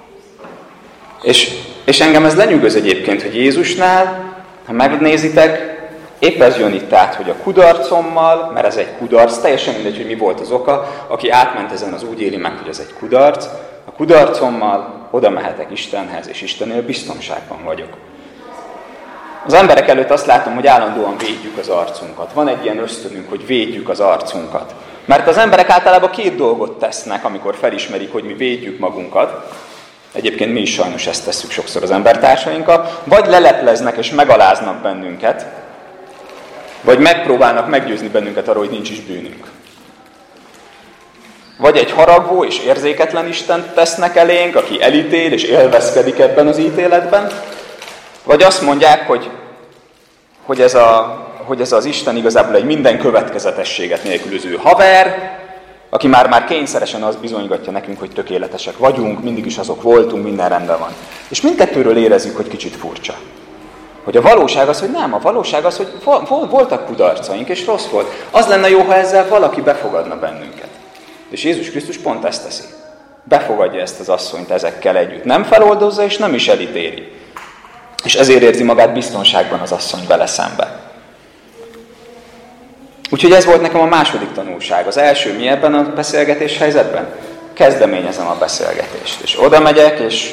És engem ez lenyűgöz egyébként, hogy Jézusnál, ha megnézitek, épp ez jön itt át, hogy a kudarcommal, mert ez egy kudarc, teljesen mindegy, hogy mi volt az oka, aki átment ezen, az úgy éli meg, hogy ez egy kudarc, a kudarcommal oda mehetek Istenhez, és Istennél biztonságban vagyok. Az emberek előtt azt látom, hogy állandóan védjük az arcunkat. Van egy ilyen ösztönünk, hogy védjük az arcunkat. Mert az emberek általában 2 dolgot tesznek, amikor felismerik, hogy mi védjük magunkat. Egyébként mi is sajnos ezt tesszük sokszor az embertársainkkal. Vagy lelepleznek és megaláznak bennünket, vagy megpróbálnak meggyőzni bennünket arról, hogy nincs is bűnünk. Vagy egy haragvó és érzéketlen Istent tesznek elénk, aki elítél és élvezkedik ebben az ítéletben. Vagy azt mondják, hogy ez az Isten igazából egy minden következetességet nélkülöző haver, aki már kényszeresen azt bizonygatja nekünk, hogy tökéletesek vagyunk, mindig is azok voltunk, minden rendben van. És mindkettőről érezzük, hogy kicsit furcsa. Hogy a valóság az, hogy nem. A valóság az, hogy voltak kudarcaink, és rossz volt. Az lenne jó, ha ezzel valaki befogadna bennünket. És Jézus Krisztus pont ezt teszi. Befogadja ezt az asszonyt ezekkel együtt. Nem feloldozza, és nem is elítéli. És ezért érzi magát biztonságban az asszony vele szembe. Úgyhogy ez volt nekem a második tanulság. Az első mi ebben a beszélgetés helyzetben? Kezdeményezem a beszélgetést. És oda megyek, és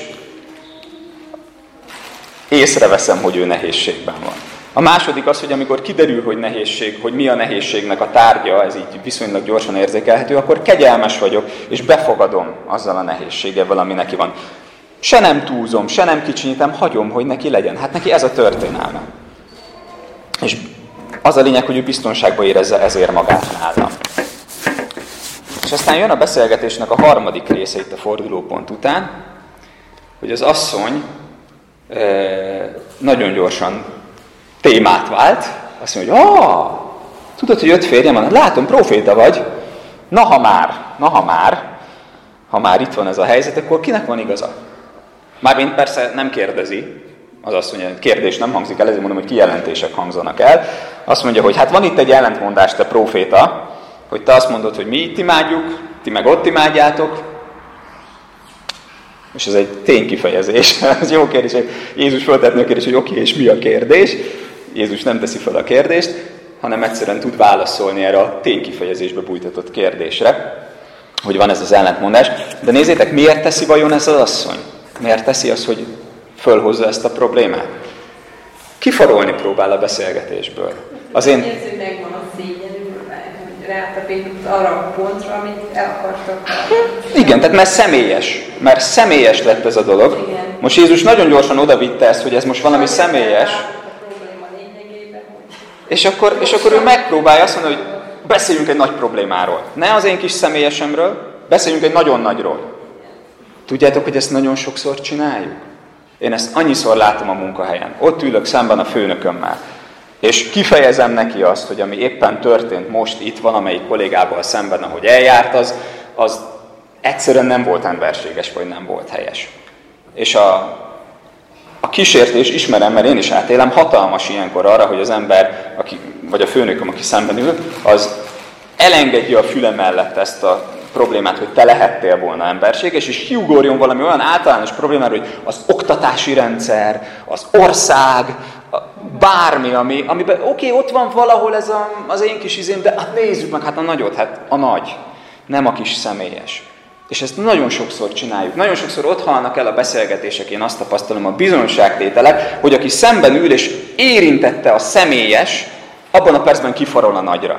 észreveszem, hogy ő nehézségben van. A második az, hogy amikor kiderül, hogy nehézség, hogy mi a nehézségnek a tárgya, ez így viszonylag gyorsan érzékelhető, akkor kegyelmes vagyok, és befogadom azzal a nehézséggel, ami neki van. Se nem túlzom, se nem kicsinyítem, hagyom, hogy neki legyen. Hát neki ez a történelme. És az a lényeg, hogy ő biztonságban érezze ezért magát nálam. És aztán jön a beszélgetésnek a harmadik része itt a fordulópont után, hogy az asszony nagyon gyorsan témát vált. Azt mondja, hogy tudod, hogy 5 férjem van? Látom, proféta vagy. Ha már itt van ez a helyzet, akkor kinek van igaza? Mármint persze nem kérdezi, az azt mondja, hogy kérdés nem hangzik el, ezért mondom, hogy kijelentések hangzanak el. Azt mondja, hogy hát van itt egy ellentmondás, te próféta, hogy te azt mondod, hogy mi itt imádjuk, ti meg ott imádjátok. És ez egy ténykifejezés. Ez jó kérdés, hogy Jézus föltetni a kérdést, hogy oké, és mi a kérdés? Jézus nem teszi fel a kérdést, hanem egyszerűen tud válaszolni erre a ténykifejezésbe bújtatott kérdésre, hogy van ez az ellentmondás. De nézzétek, miért teszi vajon ez az asszony? Miért teszi azt, hogy fölhozza ezt a problémát? Kifarolni próbál a beszélgetésből. Az én... Érzőnek van a szégyenül, hogy rátapított arra a pontra, amit el akartak. Igen, tehát mert személyes lett ez a dolog. Igen. Most Jézus nagyon gyorsan odavitte ezt, hogy ez most valami személyes. És akkor ő megpróbálja azt mondani, hogy beszéljünk egy nagy problémáról. Ne az én kis személyesemről, beszéljünk egy nagyon nagyról. Tudjátok, hogy ezt nagyon sokszor csináljuk? Én ezt annyiszor látom a munkahelyen. Ott ülök szemben a főnökömmel. És kifejezem neki azt, hogy ami éppen történt most itt valamelyik kollégával szemben, ahogy eljárt, az egyszerűen nem volt emberséges, vagy nem volt helyes. És a kísértés ismerem, mert én is átélem, hatalmas ilyenkor arra, hogy az ember, vagy a főnököm, aki szemben ül, az elengedje a füle mellett ezt a problémát, hogy te lehettél volna emberséges, és kiugorjon valami olyan általános problémára, hogy az oktatási rendszer, az ország, bármi, amiben oké, ott van valahol ez az én kis izém, de hát nézzük meg, hát a nagyot, hát a nagy, nem a kis személyes. És ezt nagyon sokszor csináljuk. Nagyon sokszor ott halnak el a beszélgetések, én azt tapasztalom, a bizonyságtételek, hogy aki szemben ül és érintette a személyes, abban a percben kifarol a nagyra.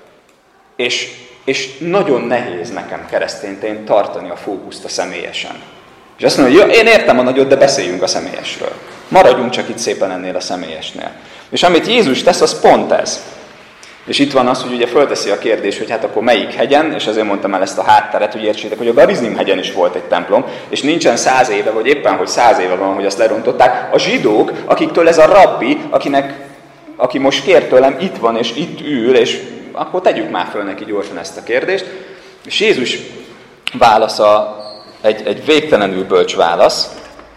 És nagyon nehéz nekem keresztényként tartani a fókuszt a személyesen. És azt mondja, hogy én értem a nagyot, de beszéljünk a személyesről. Maradjunk csak itt szépen ennél a személyesnél. És amit Jézus tesz, az pont ez. És itt van az, hogy ugye fölteszi a kérdés, hogy hát akkor melyik hegyen, és azért mondtam el ezt a hátteret, hogy értsétek, hogy a Gerizim hegyen is volt egy templom, és nincsen 100 éve, vagy éppen, hogy 100 éve van, hogy azt lerontották. A zsidók, akiktől ez a rabbi, aki most kér tőlem, itt van, és itt ül, és akkor tegyük már föl neki gyorsan ezt a kérdést. És Jézus válasza egy végtelenül bölcs válasz.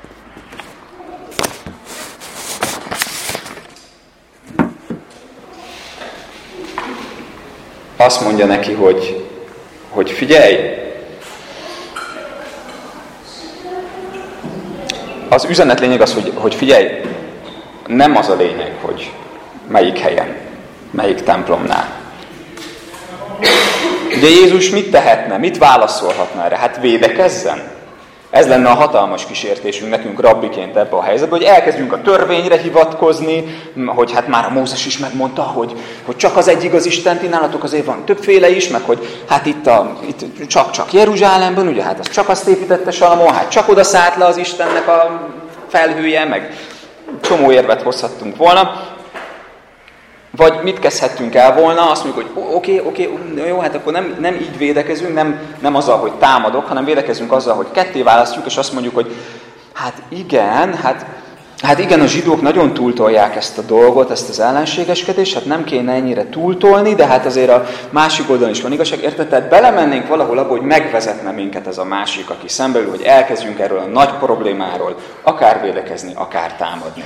Azt mondja neki, hogy figyelj, az üzenet lényeg az, hogy figyelj, nem az a lényeg, hogy melyik helyen, melyik templomnál. Ugye Jézus mit tehetne, mit válaszolhatna erre? Hát védekezzen. Ez lenne a hatalmas kísértésünk nekünk rabbiként ebbe a helyzetbe, hogy elkezdjünk a törvényre hivatkozni, hogy hát már a Mózes is megmondta, hogy csak az egy igaz Isten, ti nálatok azért van többféle is, meg hogy hát itt csak Jeruzsálemben, ugye hát az csak azt építette Salamon, hát csak oda szállt le az Istennek a felhője, meg csomó érvet hozhattunk volna. Vagy mit kezdhettünk el volna, azt mondjuk, hogy oké, jó, hát akkor nem így védekezünk, nem azzal, hogy támadok, hanem védekezünk azzal, hogy ketté választjuk, és azt mondjuk, hogy hát igen, a zsidók nagyon túltolják ezt a dolgot, ezt az ellenségeskedést, hát nem kéne ennyire túltolni, de hát azért a másik oldalon is van igazság, érted? Tehát belemennénk valahol abba, hogy megvezetne minket ez a másik, aki szembeül, hogy elkezdjünk erről a nagy problémáról akár védekezni, akár támadni.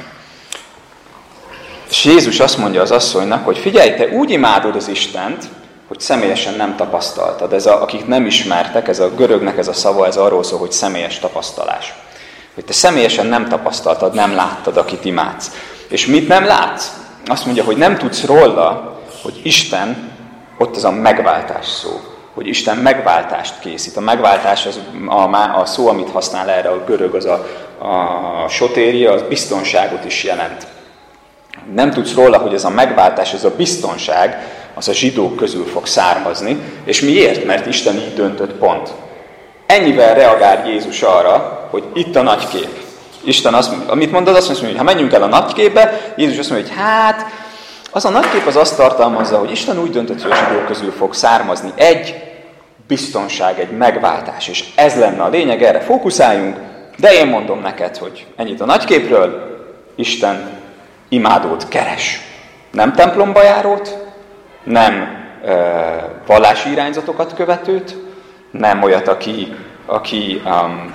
És Jézus azt mondja az asszonynak, hogy figyelj, te úgy imádod az Istent, hogy személyesen nem tapasztaltad. Akik nem ismertek, ez a görögnek ez a szava, ez arról szól, hogy személyes tapasztalás. Hogy te személyesen nem tapasztaltad, nem láttad, akit imádsz. És mit nem látsz? Azt mondja, hogy nem tudsz róla, hogy Isten, ott az a megváltás szó. Hogy Isten megváltást készít. A megváltás, a szó, amit használ erre a görög, az a sotéria, az biztonságot is jelent. Nem tudsz róla, hogy ez a megváltás, ez a biztonság, az a zsidók közül fog származni. És miért? Mert Isten így döntött pont. Ennyivel reagál Jézus arra, hogy itt a nagy kép. Isten amit mondod, azt mondja, hogy ha menjünk el a nagy képbe, Jézus azt mondja, hogy Az a nagykép az azt tartalmazza, hogy Isten úgy döntött, hogy a zsidók közül fog származni egy biztonság, egy megváltás, és ez lenne a lényeg, erre fókuszáljunk, de én mondom neked, hogy ennyit a nagyképről, Isten imádót keres. Nem templomba járót, nem vallási irányzatokat követőt, nem olyat, aki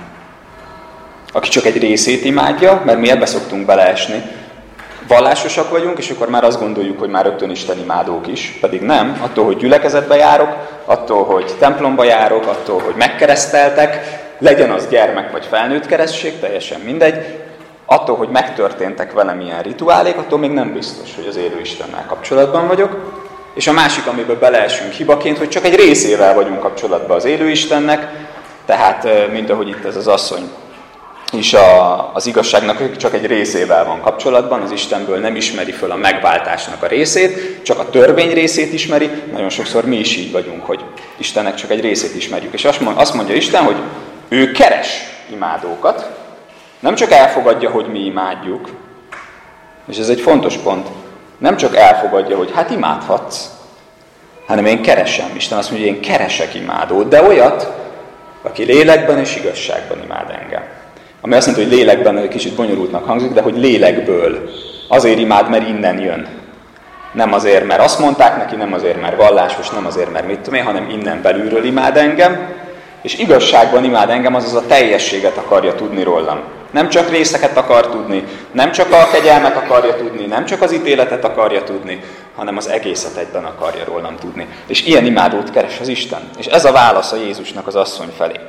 csak egy részét imádja, mert mi ebbe szoktunk beleesni. Vallásosak vagyunk, és akkor már azt gondoljuk, hogy már rögtön Isten imádók is, pedig nem. Attól, hogy gyülekezetbe járok, attól, hogy templomba járok, attól, hogy megkereszteltek, legyen az gyermek vagy felnőtt keresztség, teljesen mindegy, attól, hogy megtörténtek velem ilyen rituálék, attól még nem biztos, hogy az élő Istennel kapcsolatban vagyok. És a másik, amiben beleesünk hibaként, hogy csak egy részével vagyunk kapcsolatban az élő Istennek, tehát mint ahogy itt ez az asszony is az igazságnak csak egy részével van kapcsolatban, az Istenből nem ismeri föl a megváltásnak a részét, csak a törvény részét ismeri, nagyon sokszor mi is így vagyunk, hogy Istennek csak egy részét ismerjük. És azt mondja Isten, hogy ő keres imádókat, nem csak elfogadja, hogy mi imádjuk, és ez egy fontos pont, nem csak elfogadja, hogy hát imádhatsz, hanem én keresem. Isten azt mondja, hogy én keresek imádót, de olyat, aki lélekben és igazságban imád engem. Ami azt mondja, hogy lélekben egy kicsit bonyolultnak hangzik, de hogy lélekből. Azért imád, mert innen jön. Nem azért, mert azt mondták neki, nem azért, mert vallásos, nem azért, mert mit tudom én, hanem innen belülről imád engem, és igazságban imád engem, azaz a teljességet akarja tudni rólam. Nem csak részeket akar tudni, nem csak a kegyelmet akarja tudni, nem csak az ítéletet akarja tudni, hanem az egészet egyben akarja rólam tudni. És ilyen imádót keres az Isten. És ez a válasz a Jézusnak az asszony felé.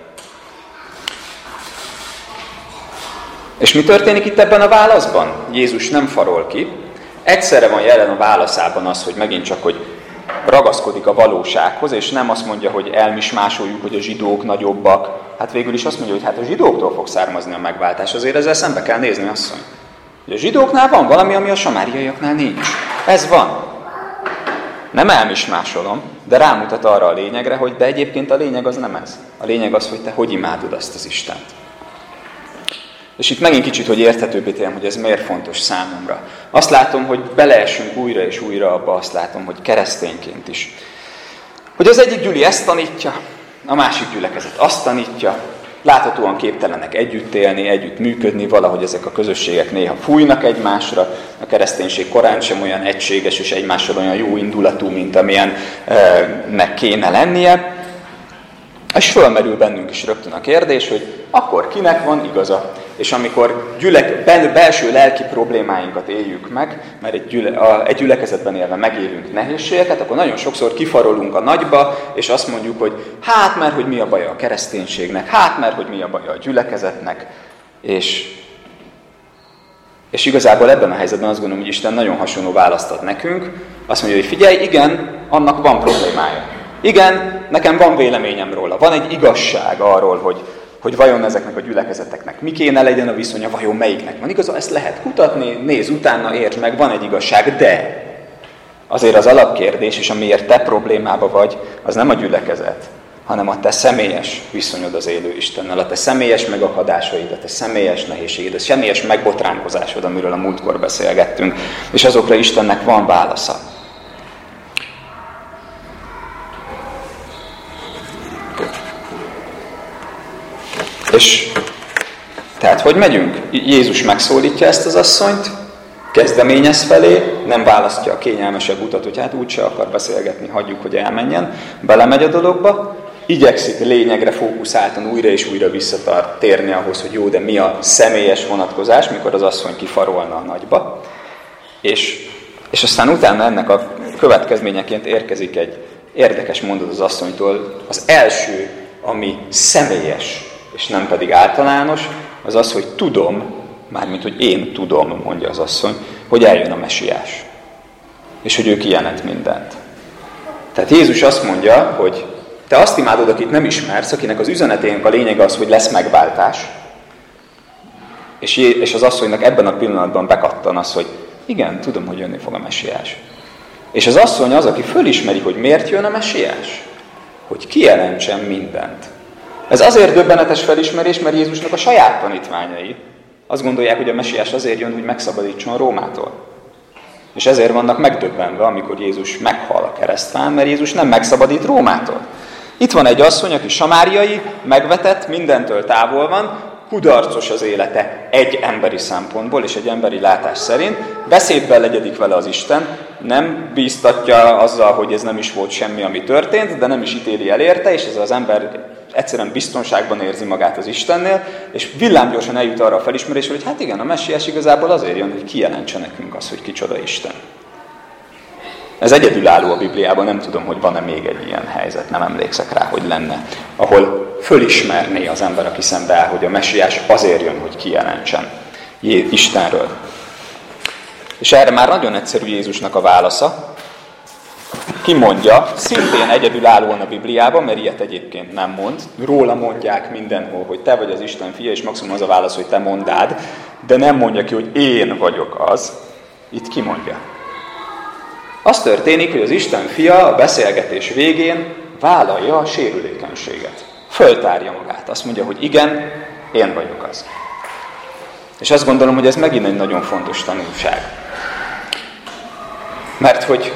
És mi történik itt ebben a válaszban? Jézus nem farol ki. Egyszerre van jelen a válaszában az, hogy megint csak, hogy ragaszkodik a valósághoz, és nem azt mondja, hogy elmismásoljuk, hogy a zsidók nagyobbak. Hát végül is azt mondja, hogy hát a zsidóktól fog származni a megváltás. Azért ezzel szembe kell nézni, asszony. Hogy a zsidóknál van valami, ami a samáriaiaknál nincs. Ez van. Nem elmismásolom, de rámutat arra a lényegre, hogy de egyébként a lényeg az nem ez. A lényeg az, hogy te hogy imádod azt az Istent. És itt megint kicsit, hogy érthetőbbé tegyem, hogy ez miért fontos számomra. Azt látom, hogy beleesünk újra és újra abba, azt látom, hogy keresztényként is. Hogy az egyik gyüli ezt tanítja, a másik gyülekezet azt tanítja, láthatóan képtelenek együtt élni, együtt működni, valahogy ezek a közösségek néha fújnak egymásra, a kereszténység korán sem olyan egységes és egymással olyan jó indulatú, mint amilyennek kéne lennie. És fölmerül bennünk is rögtön a kérdés, hogy akkor kinek van igaza? És amikor belső lelki problémáinkat éljük meg, mert egy gyülekezetben élve megélünk nehézségeket, akkor nagyon sokszor kifarolunk a nagyba, és azt mondjuk, hogy hát mert hogy mi a baja a kereszténységnek, hát mert hogy mi a baja a gyülekezetnek. És igazából ebben a helyzetben azt gondolom, hogy Isten nagyon hasonló választ ad nekünk. Azt mondja, hogy figyelj, igen, annak van problémája. Igen, nekem van véleményem róla. Van egy igazság arról, hogy vajon ezeknek a gyülekezeteknek mi kéne legyen a viszonya, vajon melyiknek van igaza. Ezt lehet kutatni, nézz utána, értsd meg, van egy igazság, de azért az alapkérdés, és amiért te problémába vagy, az nem a gyülekezet, hanem a te személyes viszonyod az élő Istennel, a te személyes megakadásaid, a te személyes nehézséged, a személyes megbotránkozásod, amiről a múltkor beszélgettünk, és azokra Istennek van válasza. És tehát hogy megyünk? Jézus megszólítja ezt az asszonyt, kezdeményez felé, nem választja a kényelmesebb utat, hogy hát úgyse akar beszélgetni, hagyjuk, hogy elmenjen, belemegy a dologba, igyekszik lényegre fókuszáltan újra és újra visszatérni ahhoz, hogy jó, de mi a személyes vonatkozás, mikor az asszony kifarolna a nagyba. És aztán utána ennek a következményeként érkezik egy érdekes mondat az asszonytól. Az első, ami személyes, és nem pedig általános, az az, hogy tudom, mármint, hogy én tudom, mondja az asszony, hogy eljön a Mesiás. És hogy ő kijelent mindent. Tehát Jézus azt mondja, hogy te azt imádod, akit nem ismersz, akinek az üzenetének a lényege az, hogy lesz megváltás. És az asszonynak ebben a pillanatban bekattan az, hogy igen, tudom, hogy jönni fog a Mesiás. És az asszony az, aki fölismeri, hogy miért jön a Mesiás. Hogy kijelentsen mindent. Ez azért döbbenetes felismerés, mert Jézusnak a saját tanítványai azt gondolják, hogy a Mesiás azért jön, hogy megszabadítson Rómától. És ezért vannak megdöbbenve, amikor Jézus meghal a keresztfán, mert Jézus nem megszabadít Rómától. Itt van egy asszony, aki samáriai, megvetett, mindentől távol van, kudarcos az élete egy emberi szempontból és egy emberi látás szerint. Beszédben legyedik vele az Isten, nem bíztatja azzal, hogy ez nem is volt semmi, ami történt, de nem is ítéli el érte, és ez az ember egyszerűen biztonságban érzi magát az Istennél, és villámgyorsan eljut arra a felismerésre, hogy hát igen, a messiás igazából azért jön, hogy kijelentse nekünk azt, hogy kicsoda Isten. Ez egyedülálló a Bibliában, nem tudom, hogy van-e még egy ilyen helyzet, nem emlékszek rá, hogy lenne, ahol fölismerné az ember, aki szembe áll, hogy a messiás azért jön, hogy kijelentsen Istenről. És erre már nagyon egyszerű Jézusnak a válasza. Ki mondja, szintén egyedülállóan a Bibliában, mert ilyet egyébként nem mond. Róla mondják mindenhol, hogy te vagy az Isten fia, és maximum az a válasz, hogy te mondád, de nem mondja ki, hogy én vagyok az. Itt ki mondja? Az történik, hogy az Isten fia a beszélgetés végén vállalja a sérülékenységet. Föltárja magát. Azt mondja, hogy igen, én vagyok az. És azt gondolom, hogy ez megint egy nagyon fontos tanulság. Mert hogy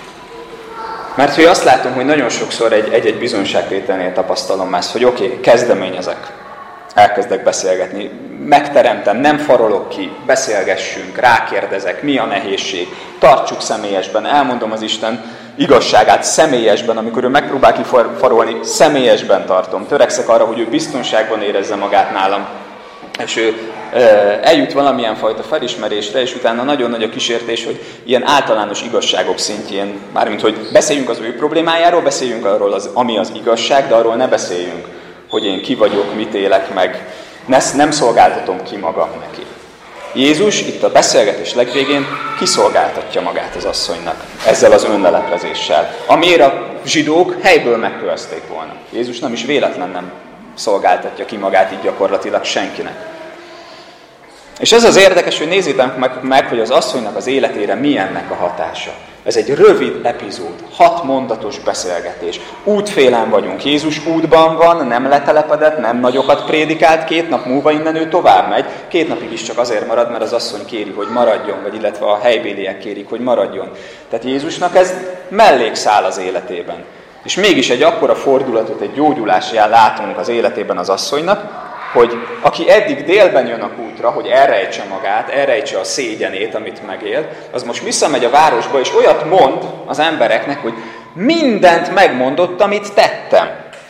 azt látom, hogy nagyon sokszor egy bizonyságtételnél tapasztalom ezt, hogy oké, kezdeményezek, elkezdek beszélgetni, megteremtem, nem farolok ki, beszélgessünk, rákérdezek, mi a nehézség, tartsuk személyesben, elmondom az Isten igazságát személyesben, amikor ő megpróbál kifarolni, személyesben tartom, törekszek arra, hogy ő biztonságban érezze magát nálam, és ő eljut valamilyen fajta felismerésre, és utána nagyon nagy a kísértés, hogy ilyen általános igazságok szintjén, mármint, hogy beszéljünk az ő problémájáról, beszéljünk arról, ami az igazság, de arról ne beszéljünk, hogy én ki vagyok, mit élek meg. Nem szolgáltatom ki magam neki. Jézus itt a beszélgetés legvégén kiszolgáltatja magát az asszonynak ezzel az önleleplezéssel, amiért a zsidók helyből megkövezték volna. Jézus nem is véletlen nem szolgáltatja ki magát így gyakorlatilag senkinek. És ez az érdekes, hogy nézzétek meg, hogy az asszonynak az életére milyennek a hatása. Ez egy rövid epizód, 6 mondatos beszélgetés. Útfélen vagyunk, Jézus útban van, nem letelepedett, nem nagyokat prédikált, 2 nap múlva innen ő tovább megy. 2 napig is csak azért marad, mert az asszony kéri, hogy maradjon, vagy illetve a helybéliek kérik, hogy maradjon. Tehát Jézusnak ez mellékszál az életében. És mégis egy akkora fordulatot, egy gyógyulásján látunk az életében az asszonynak, hogy aki eddig délben jön a kútra, hogy elrejtse magát, elrejtse a szégyenét, amit megél, az most visszamegy a városba, és olyat mond az embereknek, hogy mindent megmondott, amit tettem.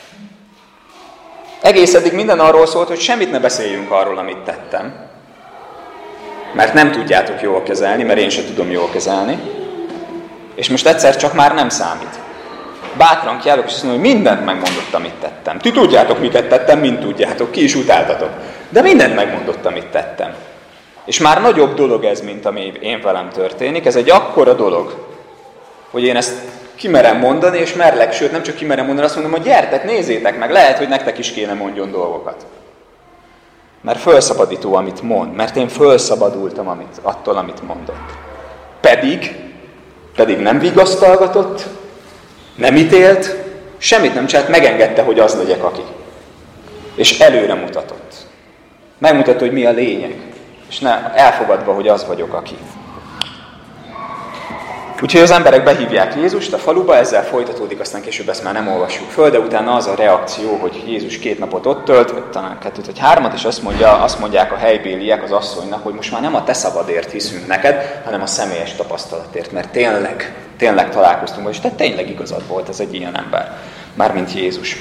Egész eddig minden arról szólt, hogy semmit ne beszéljünk arról, amit tettem. Mert nem tudjátok jól kezelni, mert én sem tudom jól kezelni. És most egyszer csak már nem számít. Bátran kiállok, és azt mondom, hogy mindent megmondott, amit tettem. Ti tudjátok, miket tettem, mind tudjátok, ki is utáltatok. De mindent megmondott, amit tettem. És már nagyobb dolog ez, mint ami én velem történik. Ez egy akkora dolog, hogy én ezt kimerem mondani, és merlek, sőt nem csak kimerem mondani, azt mondom, hogy gyertek, nézzétek meg, lehet, hogy nektek is kéne mondjon dolgokat. Mert fölszabadító, amit mond, mert én fölszabadultam attól, amit mondott. Pedig nem vigasztalgatott, nem ítélt, semmit nem csinált, megengedte, hogy az legyek aki. És előre mutatott. Megmutatta, hogy mi a lényeg. És elfogadva, hogy az vagyok aki. Úgyhogy az emberek behívják Jézust a faluba, ezzel folytatódik, aztán később ezt már nem olvassuk föl, de utána az a reakció, hogy Jézus 2 napot ott tölt, talán 2 vagy 3, és azt mondják a helybéliek az asszonynak, hogy most már nem a te szabadért hiszünk neked, hanem a személyes tapasztalatért, mert tényleg találkoztunk, és te tényleg igazad volt ez egy ilyen ember, mármint Jézus.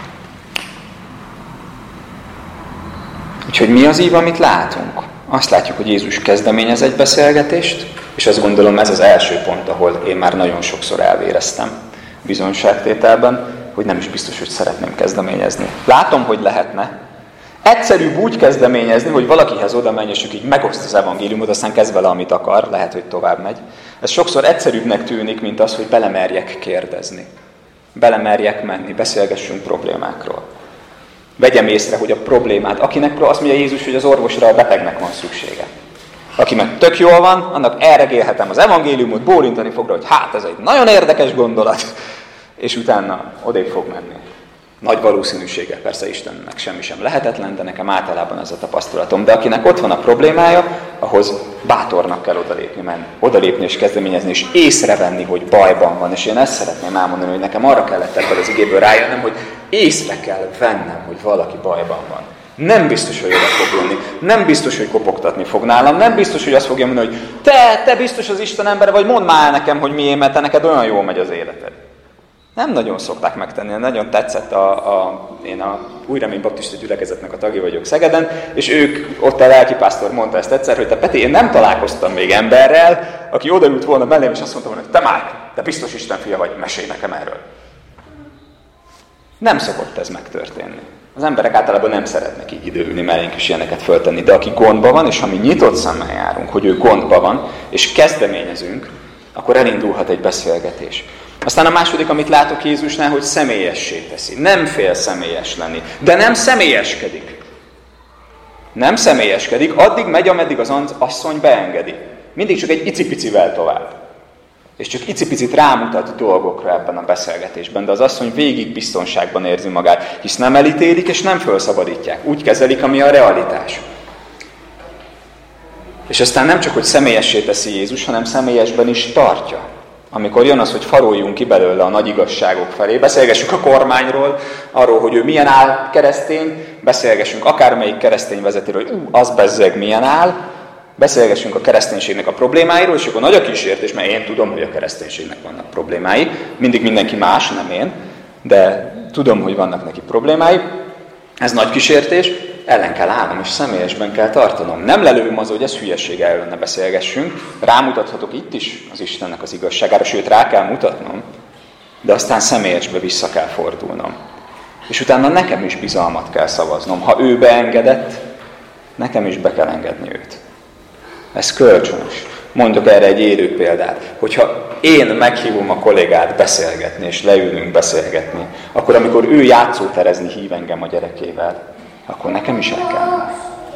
Úgyhogy mi az ív, amit látunk? Azt látjuk, hogy Jézus kezdeményez egy beszélgetést, és azt gondolom, ez az első pont, ahol én már nagyon sokszor elvéreztem bizonyságtételben, hogy nem is biztos, hogy szeretném kezdeményezni. Látom, hogy lehetne. Egyszerűbb úgy kezdeményezni, hogy valakihez oda menj, és így megoszt az evangéliumot, aztán kezd vele, amit akar, lehet, hogy tovább megy. Ez sokszor egyszerűbbnek tűnik, mint az, hogy belemerjek kérdezni. Belemerjek menni, beszélgessünk problémákról. Vegyem észre, hogy a problémát, akinek azt mondja Jézus, hogy az orvosra a betegnek van szüksége. Aki meg tök jól van, annak elregélhetem az evangéliumot, bólintani fog rá, hogy hát ez egy nagyon érdekes gondolat, és utána odébb fog menni. Nagy valószínűsége, persze Istennek semmi sem lehetetlen, de nekem általában ez a tapasztalatom. De akinek ott van a problémája, ahhoz bátornak kell odalépni és kezdeményezni, és észrevenni, hogy bajban van. És én ezt szeretném elmondani, hogy nekem arra kellett ebből az igéből rájönnöm, hogy észre kell vennem, hogy valaki bajban van. Nem biztos, hogy oda fog jönni. Nem biztos, hogy kopogtatni fog nálam. Nem biztos, hogy azt fogja mondani, hogy te biztos az Isten embere vagy, mondd már nekem, hogy miért, mert te neked olyan jól megy az életed. Nem nagyon szokták megtenni. Nagyon tetszett, én a Új Remény Baptista gyülekezetnek a tagja vagyok Szegeden, és ott a lelkipásztor mondta ezt egyszer, hogy te Peti, én nem találkoztam még emberrel, aki odaült volna mellém, és azt mondta volna, hogy te Márk, te biztos Isten fia vagy, mesélj nekem erről. Nem szokott ez megtörténni. Az emberek általában nem szeretnek így időülni mellénk is ilyeneket föltenni, de aki gondban van, és ha mi nyitott szemmel járunk, hogy ő gondban van, és kezdeményezünk, akkor elindulhat egy beszélgetés. Aztán a második, amit látok Jézusnál, hogy személyessé teszi. Nem fél személyes lenni, de nem személyeskedik. Nem személyeskedik, addig megy, ameddig az asszony beengedi. Mindig csak egy icipicivel tovább. És csak icipicit rámutat dolgokra ebben a beszélgetésben, de az asszony végig biztonságban érzi magát, hisz nem elítélik és nem felszabadítják. Úgy kezelik, ami a realitás. És aztán nem csak, hogy személyessé teszi Jézus, hanem személyesben is tartja. Amikor jön az, hogy faroljunk ki belőle a nagy igazságok felé, beszélgessünk a kormányról, arról, hogy ő milyen áll keresztény, beszélgessünk akármelyik keresztény vezetőről, hogy az bezzeg milyen áll, beszélgessünk a kereszténységnek a problémáiról, és akkor nagy a kísértés, mert én tudom, hogy a kereszténységnek vannak problémái, mindig mindenki más, nem én, de tudom, hogy vannak neki problémái, ez nagy kísértés, ellen kell állnom, és személyesben kell tartanom. Nem lelőm az, hogy ez hülyeség, ellene beszélgessünk, rámutathatok itt is az Istennek az igazságára, sőt rá kell mutatnom, de aztán személyesbe vissza kell fordulnom. És utána nekem is bizalmat kell szavaznom. Ha ő beengedett, nekem is be kell engedni őt. Ez kölcsönös. Mondok erre egy élő példát. Hogyha én meghívom a kollégát beszélgetni, és leülünk beszélgetni, akkor amikor ő játszóterezni hív engem a gyerekével, akkor nekem is el kell menni.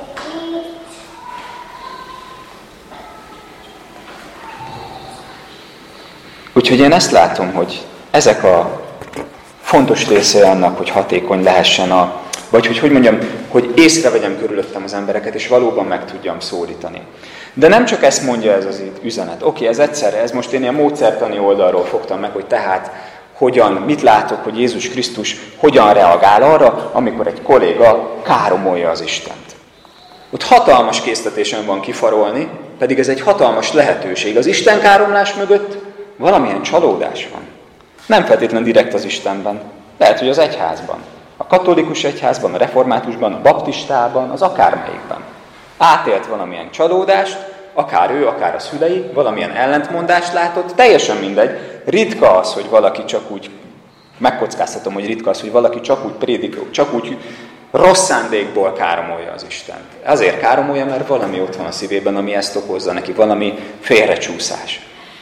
Úgyhogy én ezt látom, hogy ezek a fontos része annak, hogy hatékony lehessen vagy hogy mondjam, hogy észrevegyem körülöttem az embereket, és valóban meg tudjam szólítani. De nem csak ezt mondja ez az üzenet. Oké, ez most én ilyen módszertani oldalról fogtam meg, hogy tehát mit látok, hogy Jézus Krisztus hogyan reagál arra, amikor egy kolléga káromolja az Istent. Ott hatalmas késztetésen van kifarolni, pedig ez egy hatalmas lehetőség. Az Isten káromlás mögött valamilyen csalódás van. Nem feltétlenül direkt az Istenben, lehet, hogy az egyházban. A katolikus egyházban, a reformátusban, a baptistában, az akármelyikben. Átélt valamilyen csalódást, akár ő, akár a szülei, valamilyen ellentmondást látott, teljesen mindegy. Ritka az, hogy valaki csak úgy, megkockáztatom, hogy ritka az, hogy valaki csak úgy prédik, csak úgy rossz szándékból káromolja az Istent. Azért káromolja, mert valami ott van a szívében, ami ezt okozza neki, valami félrecsúszás.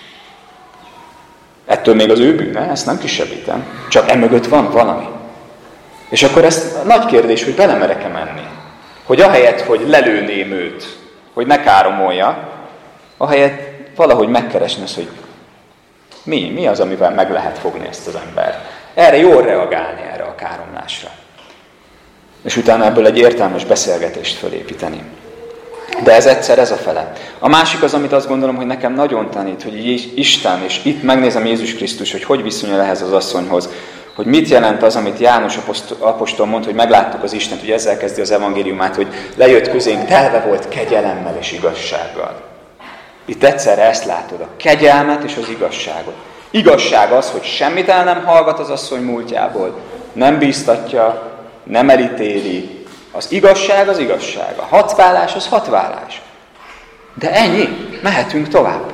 Ettől még az ő bűne, ezt nem kisebbítem, csak emögött van valami. És akkor ez nagy kérdés, hogy belemerek-e menni. Hogy ahelyett, hogy lelőném őt, hogy ne káromolja, ahelyett valahogy megkeresni azt, hogy mi az, amivel meg lehet fogni ezt az embert. Erre jól reagálni, erre a káromlásra. És utána ebből egy értelmes beszélgetést fölépíteni. De ez a fele. A másik az, amit azt gondolom, hogy nekem nagyon tanít, hogy Isten, és itt megnézem Jézus Krisztus, hogy viszonyul ehhez az asszonyhoz, hogy mit jelent az, amit János apostol mond, hogy megláttuk az Istent, hogy ezzel kezdi az evangéliumát, hogy lejött közénk, telve volt kegyelemmel és igazsággal. Itt egyszerre ezt látod, a kegyelmet és az igazságot. Igazság az, hogy semmit el nem hallgat az asszony múltjából, nem bíztatja, nem elítéli. Az igazság az igazság, a hatválás az hatválás. De ennyi, mehetünk tovább.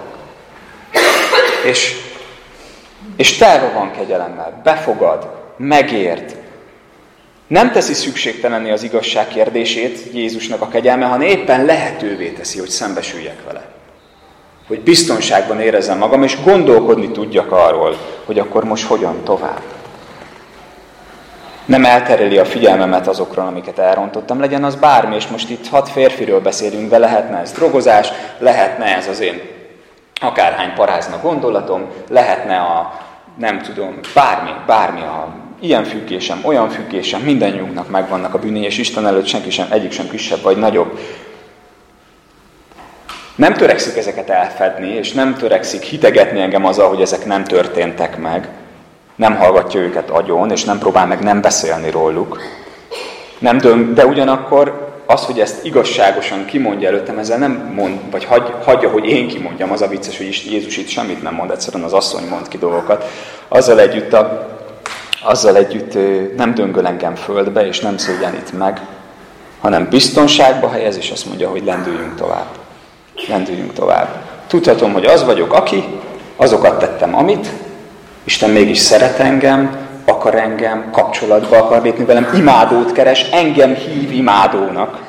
És telve van kegyelemmel, befogad, megért. Nem teszi szükségtelenné az igazság kérdését Jézusnak a kegyelme, hanem éppen lehetővé teszi, hogy szembesüljek vele. Hogy biztonságban érezzem magam, és gondolkodni tudjak arról, hogy akkor most hogyan tovább. Nem eltereli a figyelmemet azokról, amiket elrontottam, legyen az bármi, és most itt 6 férfiről beszélünk, de lehetne ez drogozás, lehetne ez az én akárhány parázna gondolatom, lehetne bármi ilyen függésem, olyan függésem, mindannyiunknak megvannak a bűnei, és Isten előtt senki sem, egyik sem kisebb vagy nagyobb. nem törekszik ezeket elfedni, és nem törekszik hitegetni engem azzal, hogy ezek nem történtek meg, nem hallgatja őket agyon, és nem próbál meg nem beszélni róluk, de ugyanakkor az, hogy ezt igazságosan kimondja előttem, ezzel nem mond, vagy hagyja, hogy én kimondjam, az a vicces, hogy Jézus itt semmit nem mond, egyszerűen az asszony mond ki dolgokat. Azzal együtt nem döngöl engem földbe, és nem szégyenít meg, hanem biztonságba helyez, és azt mondja, hogy lendüljünk tovább. Lendüljünk tovább. Tudhatom, hogy az vagyok, aki, azokat tettem, amit, Isten mégis szeret engem, akar engem, kapcsolatba akar lépni velem, imádót keres, engem hív imádónak.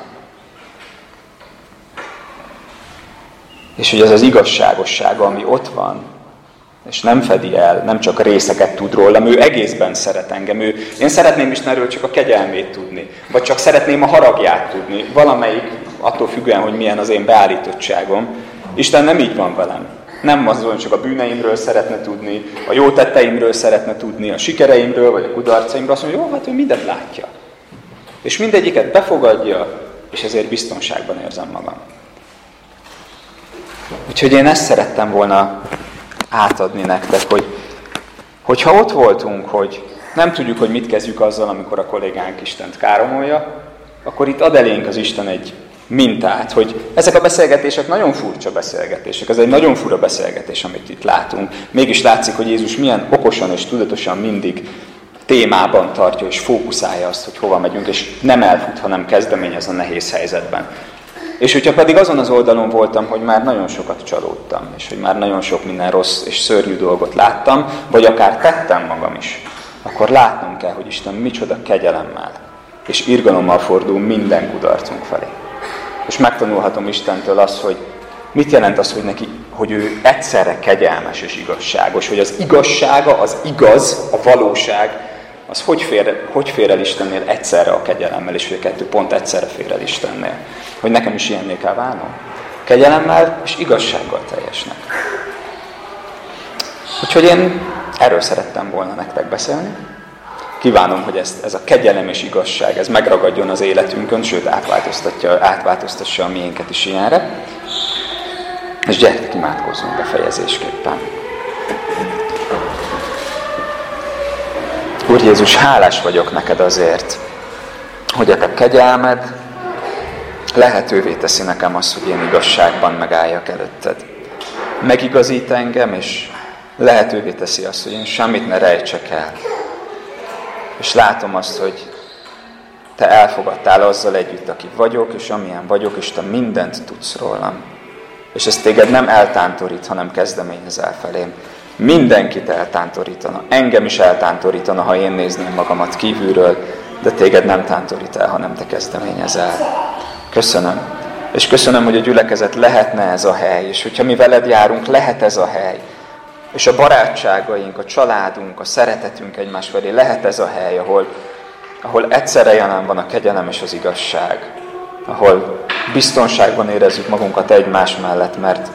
És hogy ez az igazságossága, ami ott van, és nem fedi el, nem csak részeket tud rólam, ő egészben szeret engem. Én szeretném Istenről csak a kegyelmét tudni, vagy csak szeretném a haragját tudni, valamelyik, attól függően, hogy milyen az én beállítottságom. Isten nem így van velem. Nem azon csak a bűneimről szeretne tudni, a jó tetteimről szeretne tudni, a sikereimről, vagy a kudarcaimról. Azt mondja, jó, hát ő mindent látja. És mindegyiket befogadja, és ezért biztonságban érzem magam. Úgyhogy én ezt szerettem volna átadni nektek, hogyha ott voltunk, hogy nem tudjuk, hogy mit kezdjük azzal, amikor a kollégánk Istent káromolja, akkor itt ad elénk az Isten egy mintát, hogy ezek a beszélgetések nagyon furcsa beszélgetések, ez egy nagyon fura beszélgetés, amit itt látunk. Mégis látszik, hogy Jézus milyen okosan és tudatosan mindig témában tartja és fókuszálja azt, hogy hova megyünk, és nem elfut, hanem kezdeményez a nehéz helyzetben. És hogyha pedig azon az oldalon voltam, hogy már nagyon sokat csalódtam, és hogy már nagyon sok minden rossz és szörnyű dolgot láttam, vagy akár tettem magam is, akkor látnom kell, hogy Isten micsoda kegyelemmel és irgalommal fordul minden kudarcunk felé. És megtanulhatom Istentől azt, hogy mit jelent az, hogy ő egyszerre kegyelmes és igazságos, hogy az igazsága, az igaz, a valóság, az hogy fér el Istennél egyszerre a kegyelemmel, és hogy a kettő pont egyszerre fér el Istennél. Hogy nekem is ilyenné kell válnom. Kegyelemmel és igazsággal teljesnek. Úgyhogy én erről szerettem volna nektek beszélni. Kívánom, hogy ez a kegyelem és igazság, ez megragadjon az életünkön, sőt átváltoztassa a miénket is ilyenre. És gyertek, imádkozzunk befejezésképpen. Úr Jézus, hálás vagyok neked azért, hogy a te kegyelmed lehetővé teszi nekem azt, hogy én igazságban megálljak előtted. Megigazít engem, és lehetővé teszi azt, hogy én semmit ne rejtsek el. És látom azt, hogy te elfogadtál azzal együtt, aki vagyok, és amilyen vagyok, és te mindent tudsz rólam. És ez téged nem eltántorít, hanem kezdeményezel felém. Mindenkit eltántorítana, engem is eltántorítana, ha én nézném magamat kívülről, de téged nem tántorít el, hanem te kezdeményezel. Köszönöm. És köszönöm, hogy a gyülekezet lehetne ez a hely, és hogyha mi veled járunk, lehet ez a hely. És a barátságaink, a családunk, a szeretetünk egymás felé lehet ez a hely, ahol egyszerre jelen van a kegyelem és az igazság. Ahol biztonságban érezzük magunkat egymás mellett,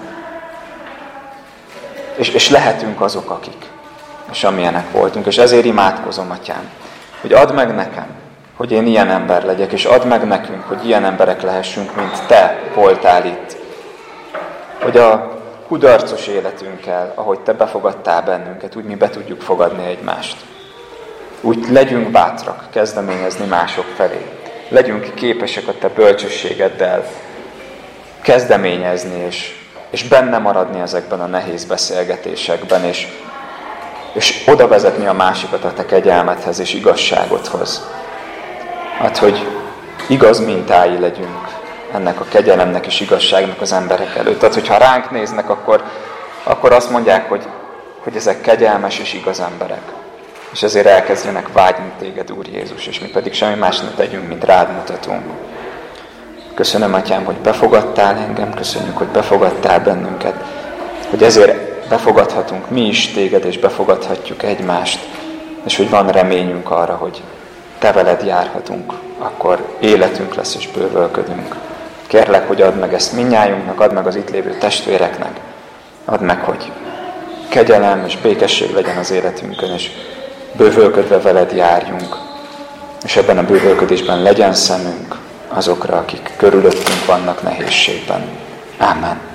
és lehetünk azok, akik, és amilyenek voltunk. És ezért imádkozom, Atyám, hogy add meg nekem, hogy én ilyen ember legyek, és add meg nekünk, hogy ilyen emberek lehessünk, mint te voltál itt. Hogy a kudarcos életünkkel, ahogy te befogadtál bennünket, úgy mi be tudjuk fogadni egymást. Úgy legyünk bátrak kezdeményezni mások felé. Legyünk képesek a te bölcsességeddel kezdeményezni, és benne maradni ezekben a nehéz beszélgetésekben, és oda vezetni a másikat a te kegyelmedhez és igazságodhoz. Hát, hogy igaz mintái legyünk ennek a kegyelemnek és igazságnak az emberek előtt. Tehát, hogyha ránk néznek, akkor azt mondják, hogy ezek kegyelmes és igaz emberek. És ezért elkezdjenek vágyni téged, Úr Jézus, és mi pedig semmi más ne tegyünk, mint rád mutatunk. Köszönöm, Atyám, hogy befogadtál engem, köszönjük, hogy befogadtál bennünket, hogy ezért befogadhatunk mi is téged, és befogadhatjuk egymást, és hogy van reményünk arra, hogy te veled járhatunk, akkor életünk lesz és bővölködünk. Kérlek, hogy add meg ezt mindnyájunknak, add meg az itt lévő testvéreknek, add meg, hogy kegyelem és békesség legyen az életünkön, és bővölködve veled járjunk, és ebben a bővölködésben legyen szemünk azokra, akik körülöttünk vannak nehézségben. Ámen.